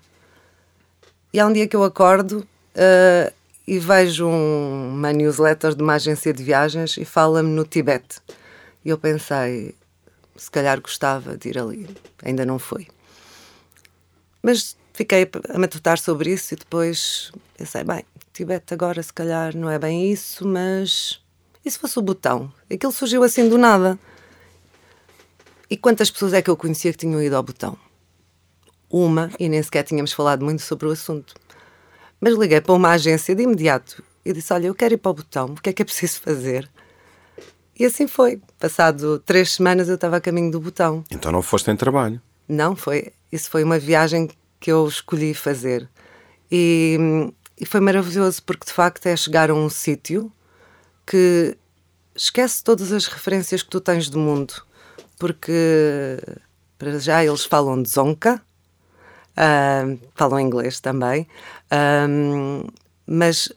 S3: e há um dia que eu acordo uh, e vejo um, uma newsletter de uma agência de viagens e fala-me no Tibete. E eu pensei, se calhar gostava de ir ali. Ainda não foi. Mas fiquei a matutar sobre isso e depois pensei, bem, Tibete agora se calhar não é bem isso, mas e se fosse o Butão? Aquilo surgiu assim do nada. E quantas pessoas é que eu conhecia que tinham ido ao Butão? Uma, e nem sequer tínhamos falado muito sobre o assunto. Mas liguei para uma agência de imediato e disse, olha, eu quero ir para o Butão, o que é que é preciso fazer? E assim foi. Passado três semanas eu estava a caminho do Butão.
S2: Então não foste em trabalho?
S3: Não, foi. Isso foi uma viagem que eu escolhi fazer. E, e foi maravilhoso porque de facto é chegar a um sítio que esquece todas as referências que tu tens do mundo. Porque para já eles falam de Zonca, uh, falam inglês também, uh, mas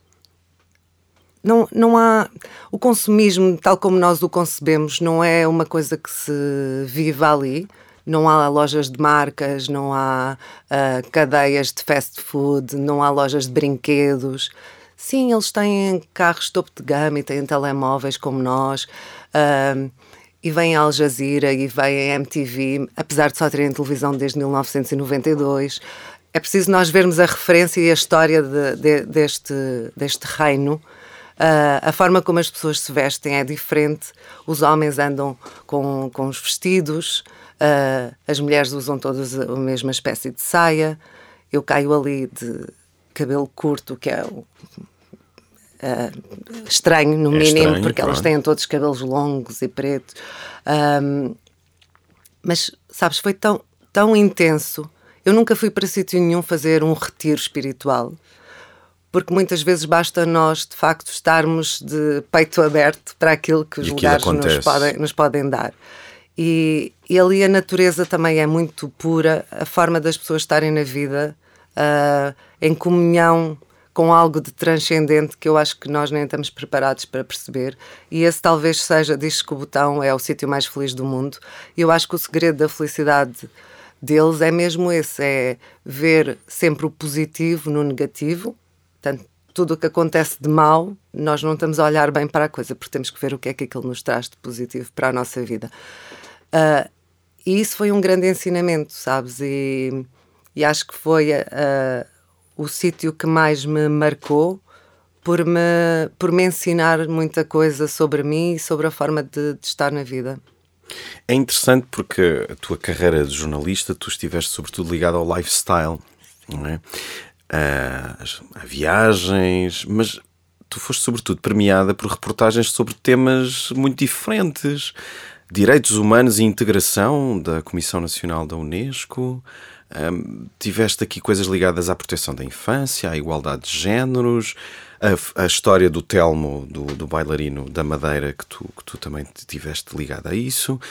S3: Não, não há... O consumismo, tal como nós o concebemos, não é uma coisa que se vive ali. Não há lojas de marcas, não há uh, cadeias de fast food, não há lojas de brinquedos. Sim, eles têm carros topo de gama e têm telemóveis como nós. Uh, e vem a Al Jazeera e vem a M T V, apesar de só terem televisão desde mil novecentos e noventa e dois. É preciso nós vermos a referência e a história de, de, deste, deste reino. Uh, a forma como as pessoas se vestem é diferente. Os homens andam com, com os vestidos, uh, as mulheres usam todas a mesma espécie de saia. Eu caio ali de cabelo curto, que é uh, estranho, no é mínimo, estranho, porque claro. Elas têm todos cabelos longos e pretos. Um, mas, sabes, foi tão, tão intenso. Eu nunca fui para sítio nenhum fazer um retiro espiritual. Porque muitas vezes basta nós, de facto, estarmos de peito aberto para aquilo que os
S2: e
S3: lugares nos podem, nos podem dar. E, e ali a natureza também é muito pura, a forma das pessoas estarem na vida, uh, em comunhão com algo de transcendente que eu acho que nós nem estamos preparados para perceber. E esse talvez seja, diz que o Butão é o sítio mais feliz do mundo. E eu acho que o segredo da felicidade deles é mesmo esse, é ver sempre o positivo no negativo. Portanto, tudo o que acontece de mal, nós não estamos a olhar bem para a coisa, porque temos que ver o que é que aquilo nos traz de positivo para a nossa vida. Uh, e isso foi um grande ensinamento, sabes? E, e acho que foi uh, o sítio que mais me marcou por me, por me ensinar muita coisa sobre mim e sobre a forma de, de estar na vida.
S2: É interessante porque a tua carreira de jornalista, tu estiveste sobretudo ligado ao lifestyle, não é? A, a viagens, mas tu foste sobretudo premiada por reportagens sobre temas muito diferentes. Direitos Humanos e Integração da Comissão Nacional da Unesco. Um, tiveste aqui coisas ligadas à proteção da infância, à igualdade de géneros, a, a história do Telmo, do, do bailarino da Madeira, que tu, que tu também tiveste ligado a isso.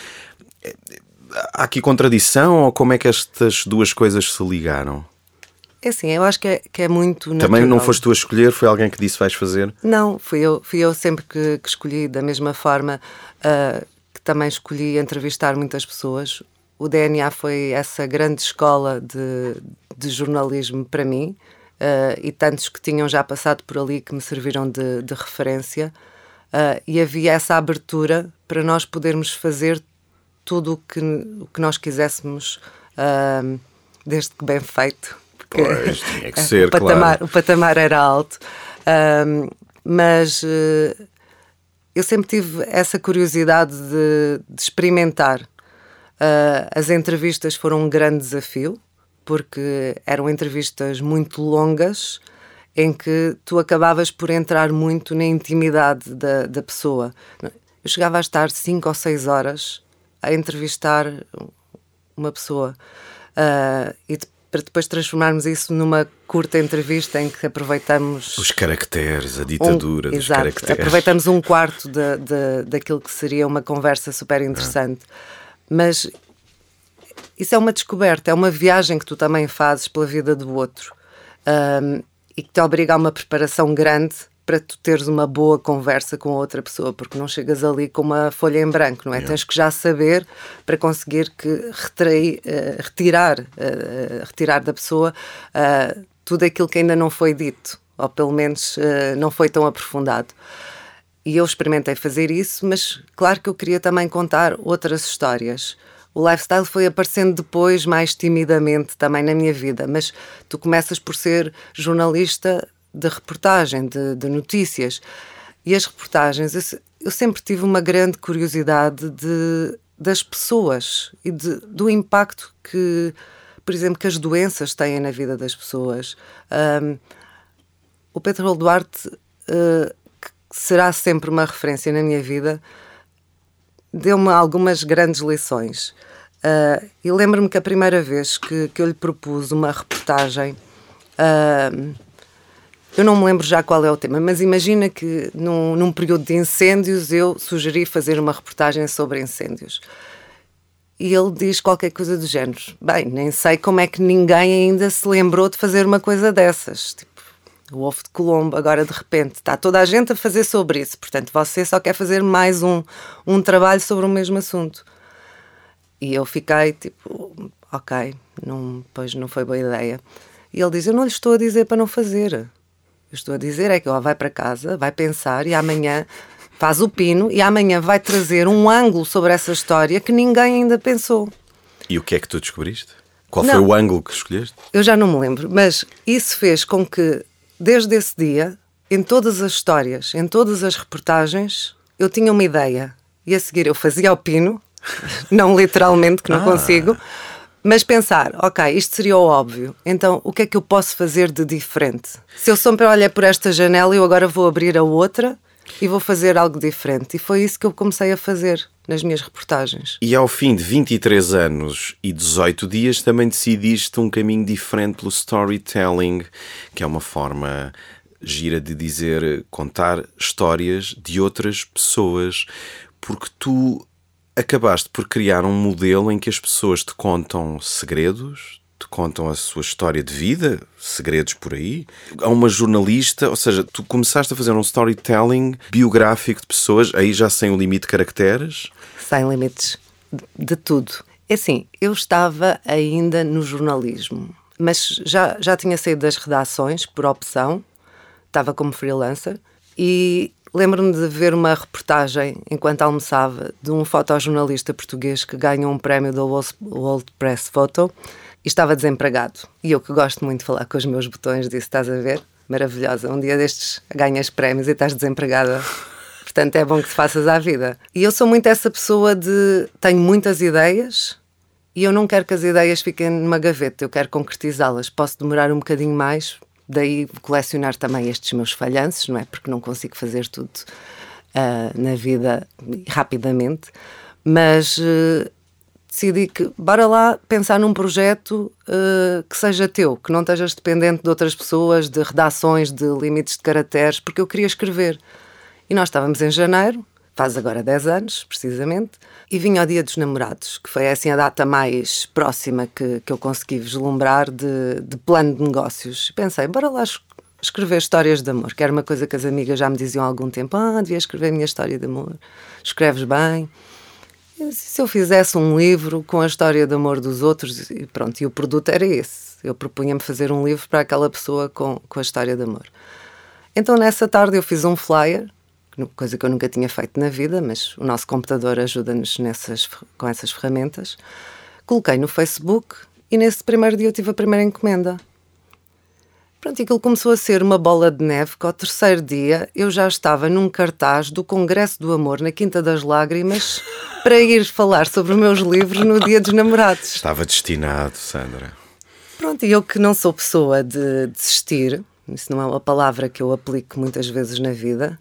S2: Há aqui contradição ou como é que estas duas coisas se ligaram?
S3: É assim, eu acho que é, que é muito natural.
S2: Também não foste tu a escolher? Foi alguém que disse vais fazer?
S3: Não, fui eu, fui eu sempre que, que escolhi, da mesma forma uh, que também escolhi entrevistar muitas pessoas. O D N A foi essa grande escola de, de jornalismo para mim, uh, e tantos que tinham já passado por ali que me serviram de, de referência, uh, e havia essa abertura para nós podermos fazer tudo o que, o que nós quiséssemos, uh, desde que bem feito.
S2: Pois, tinha que ser,
S3: o patamar,
S2: claro.
S3: O patamar era alto, uh, mas uh, eu sempre tive essa curiosidade de, de experimentar. Uh, as entrevistas foram um grande desafio, porque eram entrevistas muito longas, em que tu acabavas por entrar muito na intimidade da, da pessoa. Eu chegava a estar cinco ou seis horas a entrevistar uma pessoa, uh, e de, para depois transformarmos isso numa curta entrevista em que aproveitamos...
S2: Os caracteres, a ditadura
S3: um,
S2: dos
S3: exato,
S2: caracteres.
S3: Aproveitamos um quarto de, de, daquilo que seria uma conversa super interessante. Ah. Mas isso é uma descoberta, é uma viagem que tu também fazes pela vida do outro, um, e que te obriga a uma preparação grande para tu teres uma boa conversa com outra pessoa, porque não chegas ali com uma folha em branco, não é? Yeah. Tens que já saber para conseguir que retrair, uh, retirar, uh, retirar da pessoa uh, tudo aquilo que ainda não foi dito, ou pelo menos uh, não foi tão aprofundado. E eu experimentei fazer isso, mas claro que eu queria também contar outras histórias. O lifestyle foi aparecendo depois, mais timidamente, também na minha vida, mas tu começas por ser jornalista de reportagem, de, de notícias. E as reportagens, eu, eu sempre tive uma grande curiosidade de, das pessoas e de, do impacto que, por exemplo, que as doenças têm na vida das pessoas. Um, o Pedro Duarte... Uh, será sempre uma referência na minha vida, deu-me algumas grandes lições. Uh, e lembro-me que a primeira vez que, que eu lhe propus uma reportagem, uh, eu não me lembro já qual é o tema, mas imagina que num, num período de incêndios eu sugeri fazer uma reportagem sobre incêndios. E ele diz qualquer coisa do género: bem, nem sei como é que ninguém ainda se lembrou de fazer uma coisa dessas. Tipo, o ovo de Colombo, agora de repente está toda a gente a fazer sobre isso, portanto você só quer fazer mais um, um trabalho sobre o mesmo assunto. E eu fiquei tipo, ok, não, pois não foi boa ideia. E ele diz: eu não lhe estou a dizer para não fazer, eu estou a dizer é que ó, vai para casa, vai pensar e amanhã faz o pino e amanhã vai trazer um ângulo sobre essa história que ninguém ainda pensou.
S2: E o que é que tu descobriste? Qual
S3: não,
S2: foi o ângulo que escolheste?
S3: Eu já não me lembro, mas isso fez com que desde esse dia, em todas as histórias, em todas as reportagens, eu tinha uma ideia. E a seguir eu fazia o pino, não literalmente, que não ah. consigo, mas pensar, ok, isto seria o óbvio, então o que é que eu posso fazer de diferente? Se eu sempre olhei por esta janela, eu agora vou abrir a outra e vou fazer algo diferente. E foi isso que eu comecei a fazer nas minhas reportagens.
S2: E ao fim de vinte e três anos e dezoito dias também decidiste um caminho diferente pelo storytelling, que é uma forma gira de dizer, contar histórias de outras pessoas, porque tu acabaste por criar um modelo em que as pessoas te contam segredos, te contam a sua história de vida, segredos por aí. Há uma jornalista, ou seja, tu começaste a fazer um storytelling biográfico de pessoas, aí já sem o limite de caracteres.
S3: Sem limites de, de tudo. É assim, eu estava ainda no jornalismo, mas já, já tinha saído das redações por opção, estava como freelancer, e lembro-me de ver uma reportagem, enquanto almoçava, de um fotojornalista português que ganhou um prémio da World Press Photo, e estava desempregado. E eu, que gosto muito de falar com os meus botões, disse: estás a ver? Maravilhosa. Um dia destes ganhas prémios e estás desempregada. Portanto, é bom que te faças à vida. E eu sou muito essa pessoa de... tenho muitas ideias e eu não quero que as ideias fiquem numa gaveta. Eu quero concretizá-las. Posso demorar um bocadinho mais, daí colecionar também estes meus falhanços, não é? Porque não consigo fazer tudo uh, na vida rapidamente. Mas uh, decidi que, bora lá pensar num projeto uh, que seja teu, que não estejas dependente de outras pessoas, de redações, de limites de caracteres, porque eu queria escrever. E nós estávamos em janeiro, faz agora dez anos, precisamente, e vinha ao Dia dos Namorados, que foi assim a data mais próxima que, que eu consegui vislumbrar de, de plano de negócios. E pensei, bora lá escrever histórias de amor, que era uma coisa que as amigas já me diziam há algum tempo. Ah, devia escrever a minha história de amor, escreves bem. E se eu fizesse um livro com a história de amor dos outros, e pronto, e o produto era esse. Eu propunha-me fazer um livro para aquela pessoa com, com a história de amor. Então nessa tarde eu fiz um flyer, coisa que eu nunca tinha feito na vida, mas o nosso computador ajuda-nos nessas, com essas ferramentas. Coloquei no Facebook e nesse primeiro dia eu tive a primeira encomenda. Pronto, e aquilo começou a ser uma bola de neve, que ao terceiro dia eu já estava num cartaz do Congresso do Amor na Quinta das Lágrimas para ir falar sobre os meus livros no Dia dos Namorados.
S2: Estava destinado, Sandra.
S3: Pronto, e eu que não sou pessoa de desistir, isso não é uma palavra que eu aplico muitas vezes na vida,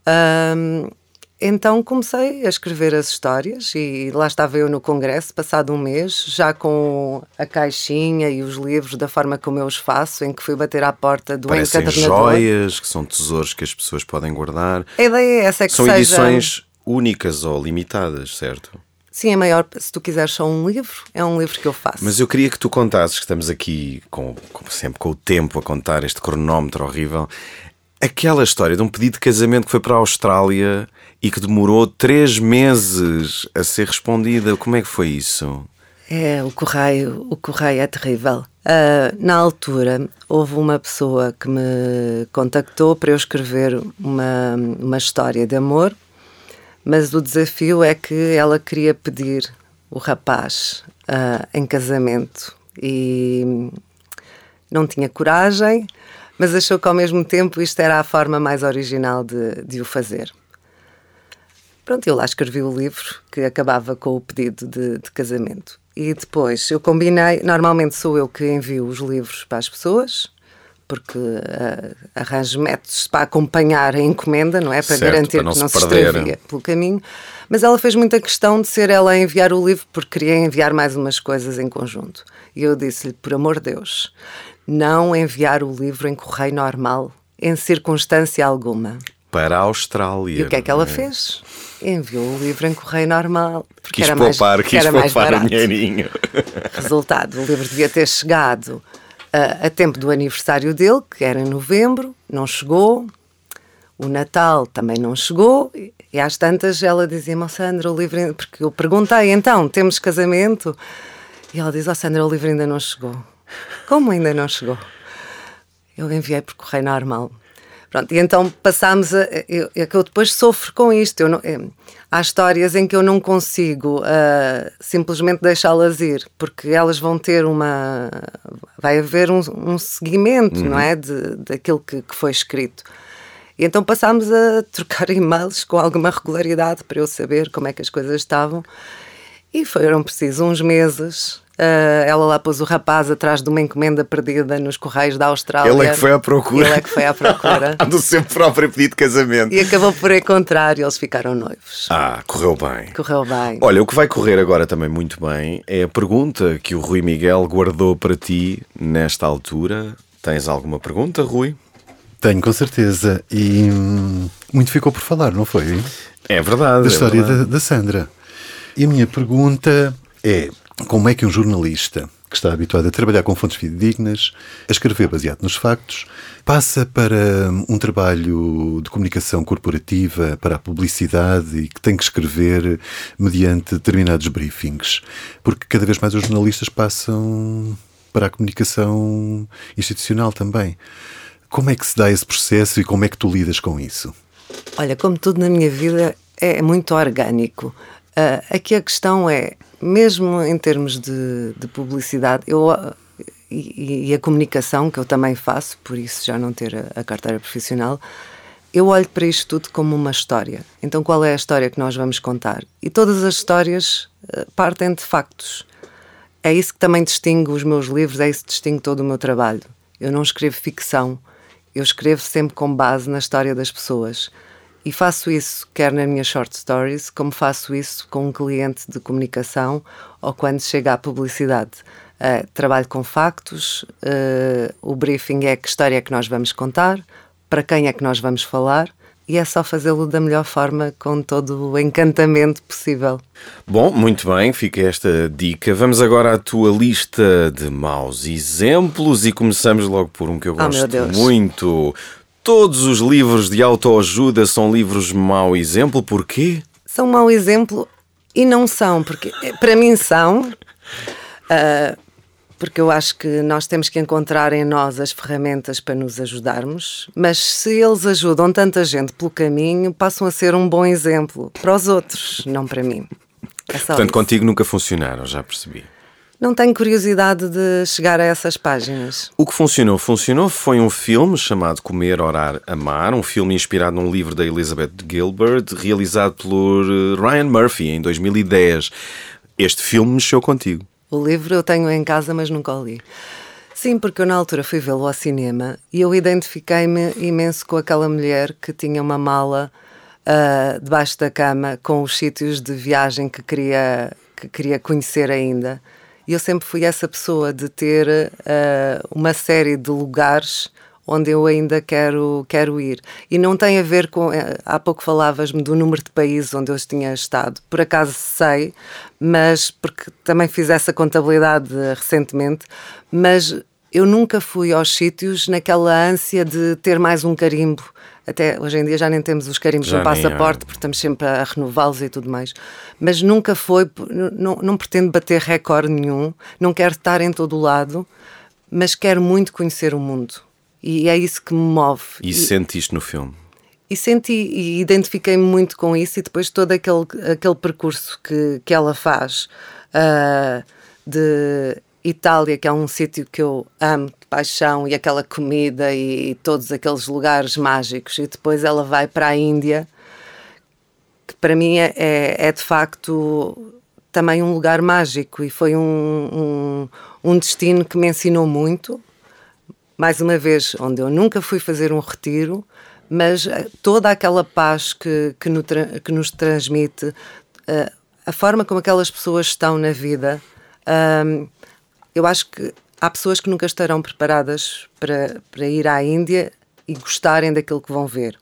S3: hum, então comecei a escrever as histórias e lá estava eu no congresso, passado um mês, já com a caixinha e os livros da forma como eu os faço, em que fui bater à porta do
S2: Parecem
S3: encadernador.
S2: joias, que são tesouros que as pessoas podem guardar.
S3: A ideia é essa, é que
S2: são
S3: seja...
S2: edições únicas ou limitadas, certo?
S3: Sim, é maior, se tu quiseres só um livro, é um livro que eu faço.
S2: Mas eu queria que tu contasses, que estamos aqui, com, como sempre, com o tempo a contar este cronómetro horrível, aquela história de um pedido de casamento que foi para a Austrália e que demorou três meses a ser respondida. Como é que foi isso?
S3: É, o correio, o correio é terrível. Uh, na altura, houve uma pessoa que me contactou para eu escrever uma, uma história de amor, mas o desafio é que ela queria pedir o rapaz uh, em casamento e não tinha coragem, mas achou que ao mesmo tempo isto era a forma mais original de, de o fazer. Pronto, eu lá escrevi o livro que acabava com o pedido de, de casamento. E depois eu combinei, normalmente sou eu que envio os livros para as pessoas, porque uh, arranjo métodos para acompanhar a encomenda, não é? Para
S2: certo,
S3: garantir
S2: para não
S3: que não se,
S2: se
S3: extravia pelo caminho. Mas ela fez muita questão de ser ela a enviar o livro, porque queria enviar mais umas coisas em conjunto. E eu disse-lhe, por amor de Deus, não enviar o livro em correio normal, em circunstância alguma.
S2: Para a Austrália.
S3: E o que é que ela
S2: é?
S3: fez? Enviou o livro em correio normal. Porque
S2: Quis
S3: era
S2: poupar,
S3: mais,
S2: quis
S3: era mais
S2: poupar o
S3: barato.
S2: dinheirinho.
S3: Resultado, o livro devia ter chegado uh, a tempo do aniversário dele, que era em novembro, não chegou. O Natal também não chegou. E às tantas ela dizia-me, oh, Sandra, o livro... Porque eu perguntei, então, temos casamento? E ela diz, oh, Sandra, o livro ainda não chegou. Como ainda não chegou? Eu enviei por correio normal. Pronto, e então passámos a... Eu, eu, eu depois sofro com isto. Eu não, é, há histórias em que eu não consigo uh, simplesmente deixá-las ir, porque elas vão ter uma... Vai haver um, um seguimento, uhum. não é? De, daquilo que, que foi escrito. E então passámos a trocar e-mails com alguma regularidade para eu saber como é que as coisas estavam. E foram precisos uns meses... Uh, ela lá pôs o rapaz atrás de uma encomenda perdida nos correios da Austrália.
S2: Ele é que foi à procura.
S3: Ele é que foi à procura.
S2: Do seu próprio pedido de casamento.
S3: E acabou por encontrar e eles ficaram noivos.
S2: Ah, correu bem.
S3: Correu bem.
S2: Olha, o que vai correr agora também muito bem é a pergunta que o Rui Miguel guardou para ti nesta altura. Tens alguma pergunta, Rui?
S1: Tenho, com certeza. E hum, muito ficou por falar, não foi?
S2: É verdade.
S1: Da história
S2: é verdade.
S1: Da, da Sandra. E a minha pergunta é... Como é que um jornalista que está habituado a trabalhar com fontes fidedignas, a escrever baseado nos factos, passa para um trabalho de comunicação corporativa, para a publicidade e que tem que escrever mediante determinados briefings? Porque cada vez mais os jornalistas passam para a comunicação institucional também. Como é que se dá esse processo e como é que tu lidas com isso?
S3: Olha, como tudo na minha vida é muito orgânico. Uh, aqui a questão é, mesmo em termos de, de publicidade eu, e, e a comunicação, que eu também faço, por isso já não ter a, a carteira profissional, eu olho para isto tudo como uma história. Então qual é a história que nós vamos contar? E todas as histórias uh, partem de factos. É isso que também distingue os meus livros, é isso que distingue todo o meu trabalho. Eu não escrevo ficção, eu escrevo sempre com base na história das pessoas. E faço isso quer nas minhas short stories, como faço isso com um cliente de comunicação ou quando chega à publicidade. Uh, trabalho com factos, uh, o briefing é que história é que nós vamos contar, para quem é que nós vamos falar, e é só fazê-lo da melhor forma, com todo o encantamento possível.
S2: Bom, muito bem, fica esta dica. Vamos agora à tua lista de maus exemplos e começamos logo por um que eu
S3: Oh,
S2: gosto
S3: meu Deus.
S2: muito. Todos os livros de autoajuda são livros mau exemplo, porquê?
S3: São um mau exemplo e não são, porque para mim são, uh, porque eu acho que nós temos que encontrar em nós as ferramentas para nos ajudarmos, mas se eles ajudam tanta gente pelo caminho, passam a ser um bom exemplo para os outros, não para mim. É só
S2: Portanto,
S3: isso.
S2: contigo nunca funcionaram, já percebi.
S3: Não tenho curiosidade de chegar a essas páginas.
S2: O que funcionou, funcionou, foi um filme chamado Comer, Orar, Amar, um filme inspirado num livro da Elizabeth Gilbert, realizado por Ryan Murphy em dois mil e dez. Este filme mexeu contigo.
S3: O livro eu tenho em casa, mas nunca o li. Sim, porque eu na altura fui vê-lo ao cinema e eu identifiquei-me imenso com aquela mulher que tinha uma mala uh, debaixo da cama com os sítios de viagem que queria, que queria conhecer ainda. E eu sempre fui essa pessoa de ter uh, uma série de lugares onde eu ainda quero, quero ir. E não tem a ver com... Há pouco falavas-me do número de países onde eu tinha estado. Por acaso sei, mas porque também fiz essa contabilidade recentemente, mas eu nunca fui aos sítios naquela ânsia de ter mais um carimbo. Até hoje em dia já nem temos os carimbos
S2: Já
S3: no
S2: nem há.
S3: passaporte, porque estamos sempre a renová-los e tudo mais. Mas nunca foi, não, não pretendo bater recorde nenhum, não quero estar em todo o lado, mas quero muito conhecer o mundo. E é isso que me move.
S2: E,
S3: e
S2: sentiste no filme?
S3: E senti e identifiquei-me muito com isso, e depois todo aquele, aquele percurso que, que ela faz uh, de Itália, que é um sítio que eu amo de paixão, e aquela comida e, e todos aqueles lugares mágicos, e depois ela vai para a Índia, que para mim é, é, é de facto também um lugar mágico, e foi um, um, um destino que me ensinou muito. Mais uma vez, onde eu nunca fui fazer um retiro, mas toda aquela paz que, que, no, que nos transmite, uh, a forma como aquelas pessoas estão na vida, um, eu acho que há pessoas que nunca estarão preparadas para, para ir à Índia e gostarem daquilo que vão ver.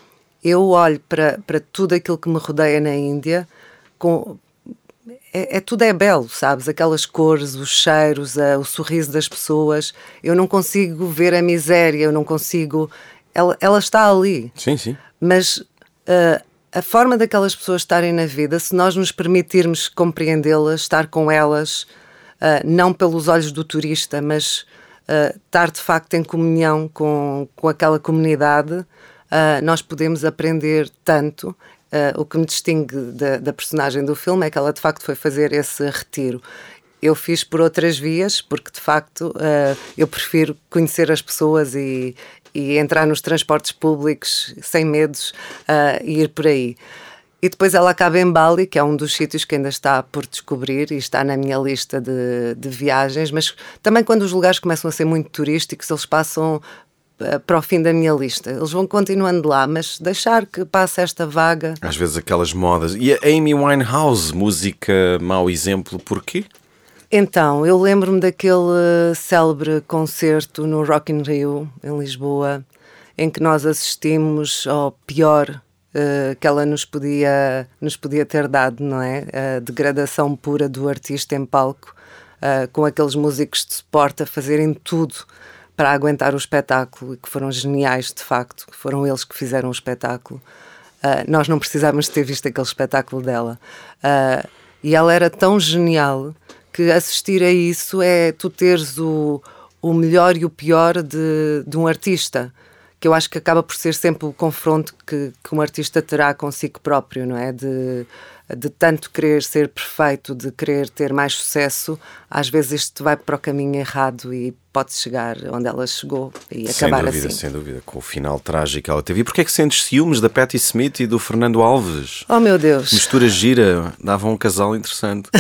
S3: Eu olho para, para tudo aquilo que me rodeia na Índia com... É, é, tudo é belo, sabes? Aquelas cores, os cheiros, a, o sorriso das pessoas. Eu não consigo ver a miséria, eu não consigo... Ela, ela está ali.
S2: Sim, sim.
S3: Mas uh, a forma daquelas pessoas estarem na vida, se nós nos permitirmos compreendê-las, estar com elas, uh, não pelos olhos do turista, mas uh, estar de facto em comunhão com, com aquela comunidade, uh, nós podemos aprender tanto. Uh, o que me distingue da, da personagem do filme é que ela de facto foi fazer esse retiro. Eu fiz por outras vias, porque de facto uh, eu prefiro conhecer as pessoas e, e entrar nos transportes públicos sem medos uh, e ir por aí. E depois ela acaba em Bali, que é um dos sítios que ainda está por descobrir e está na minha lista de, de viagens, mas também quando os lugares começam a ser muito turísticos, eles passam para o fim da minha lista. Eles vão continuando lá, mas deixar que passe esta vaga...
S2: Às vezes aquelas modas. E a Amy Winehouse, música mau exemplo, porquê?
S3: Então, eu lembro-me daquele célebre concerto no Rock in Rio, em Lisboa, em que nós assistimos ao pior uh, que ela nos podia, nos podia ter dado, não é? A degradação pura do artista em palco, uh, com aqueles músicos de suporte a fazerem tudo para aguentar o espetáculo, e que foram geniais de facto, que foram eles que fizeram o espetáculo. Uh, nós não precisávamos ter visto aquele espetáculo dela. Uh, e ela era tão genial que assistir a isso é tu teres o, o melhor e o pior de, de um artista, que eu acho que acaba por ser sempre o confronto que, que um artista terá consigo próprio, não é? De, de tanto querer ser perfeito, de querer ter mais sucesso, às vezes isto vai para o caminho errado e pode chegar onde ela chegou e
S2: sem
S3: acabar
S2: dúvida,
S3: assim.
S2: Sem dúvida, com o final trágico que ela teve. E porquê é que sentes ciúmes da Patti Smith e do Fernando Alves?
S3: Oh meu Deus!
S2: Mistura gira, davam um casal interessante.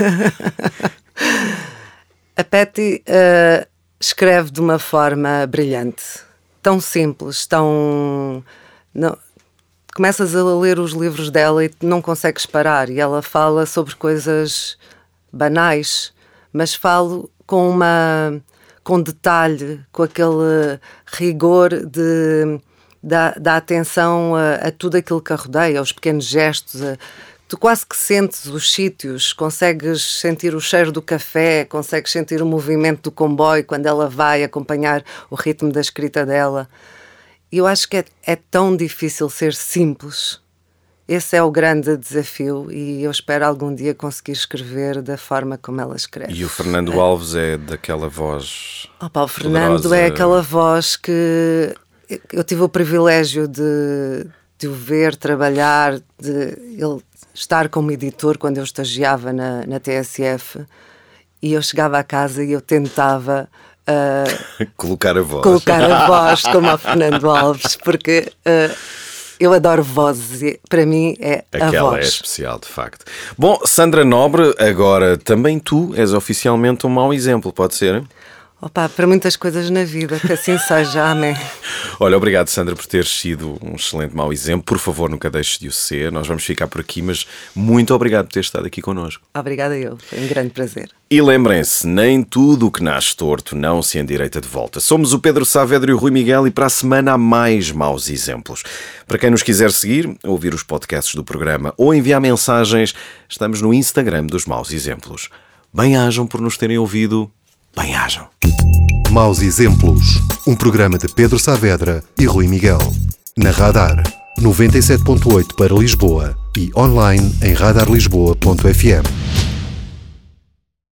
S3: A Patti uh, escreve de uma forma brilhante, tão simples, tão... Não, começas a ler os livros dela e não consegues parar. E ela fala sobre coisas banais, mas falo com uma com detalhe, com aquele rigor de, da, da atenção a, a tudo aquilo que a rodeia, aos pequenos gestos. A, tu quase que sentes os sítios, consegues sentir o cheiro do café, consegues sentir o movimento do comboio quando ela vai acompanhar o ritmo da escrita dela. E eu acho que é, é tão difícil ser simples. Esse é o grande desafio e eu espero algum dia conseguir escrever da forma como ela escreve.
S2: E o Fernando é. Alves é daquela voz...
S3: Opa, o Fernando
S2: poderosa.
S3: É aquela voz que... Eu tive o privilégio de, de o ver trabalhar, de ele estar como editor quando eu estagiava na, na T S F, e eu chegava a casa e eu tentava... Uh,
S2: colocar a voz.
S3: Colocar a voz como a Fernando Alves, porque... Uh, eu adoro vozes e para mim é a
S2: Aquela
S3: voz.
S2: é especial, de facto. Bom, Sandra Nobre, agora também tu és oficialmente um mau exemplo, pode ser?
S3: Opa, para muitas coisas na vida, que assim seja, amém.
S2: Olha, obrigado, Sandra, por teres sido um excelente mau exemplo. Por favor, nunca deixes de o ser. Nós vamos ficar por aqui, mas muito obrigado por teres estado aqui connosco.
S3: Obrigada eu, foi um grande prazer.
S2: E lembrem-se, nem tudo o que nasce torto não se endireita de volta. Somos o Pedro Saavedra e o Rui Miguel e para a semana há mais maus exemplos. Para quem nos quiser seguir, ouvir os podcasts do programa ou enviar mensagens, estamos no Instagram dos Maus Exemplos. Bem-ajam por nos terem ouvido. Bem-ajam.
S1: Maus Exemplos, um programa de Pedro Saavedra e Rui Miguel. Na Radar, noventa e sete ponto oito para Lisboa e online em radar lisboa ponto f m.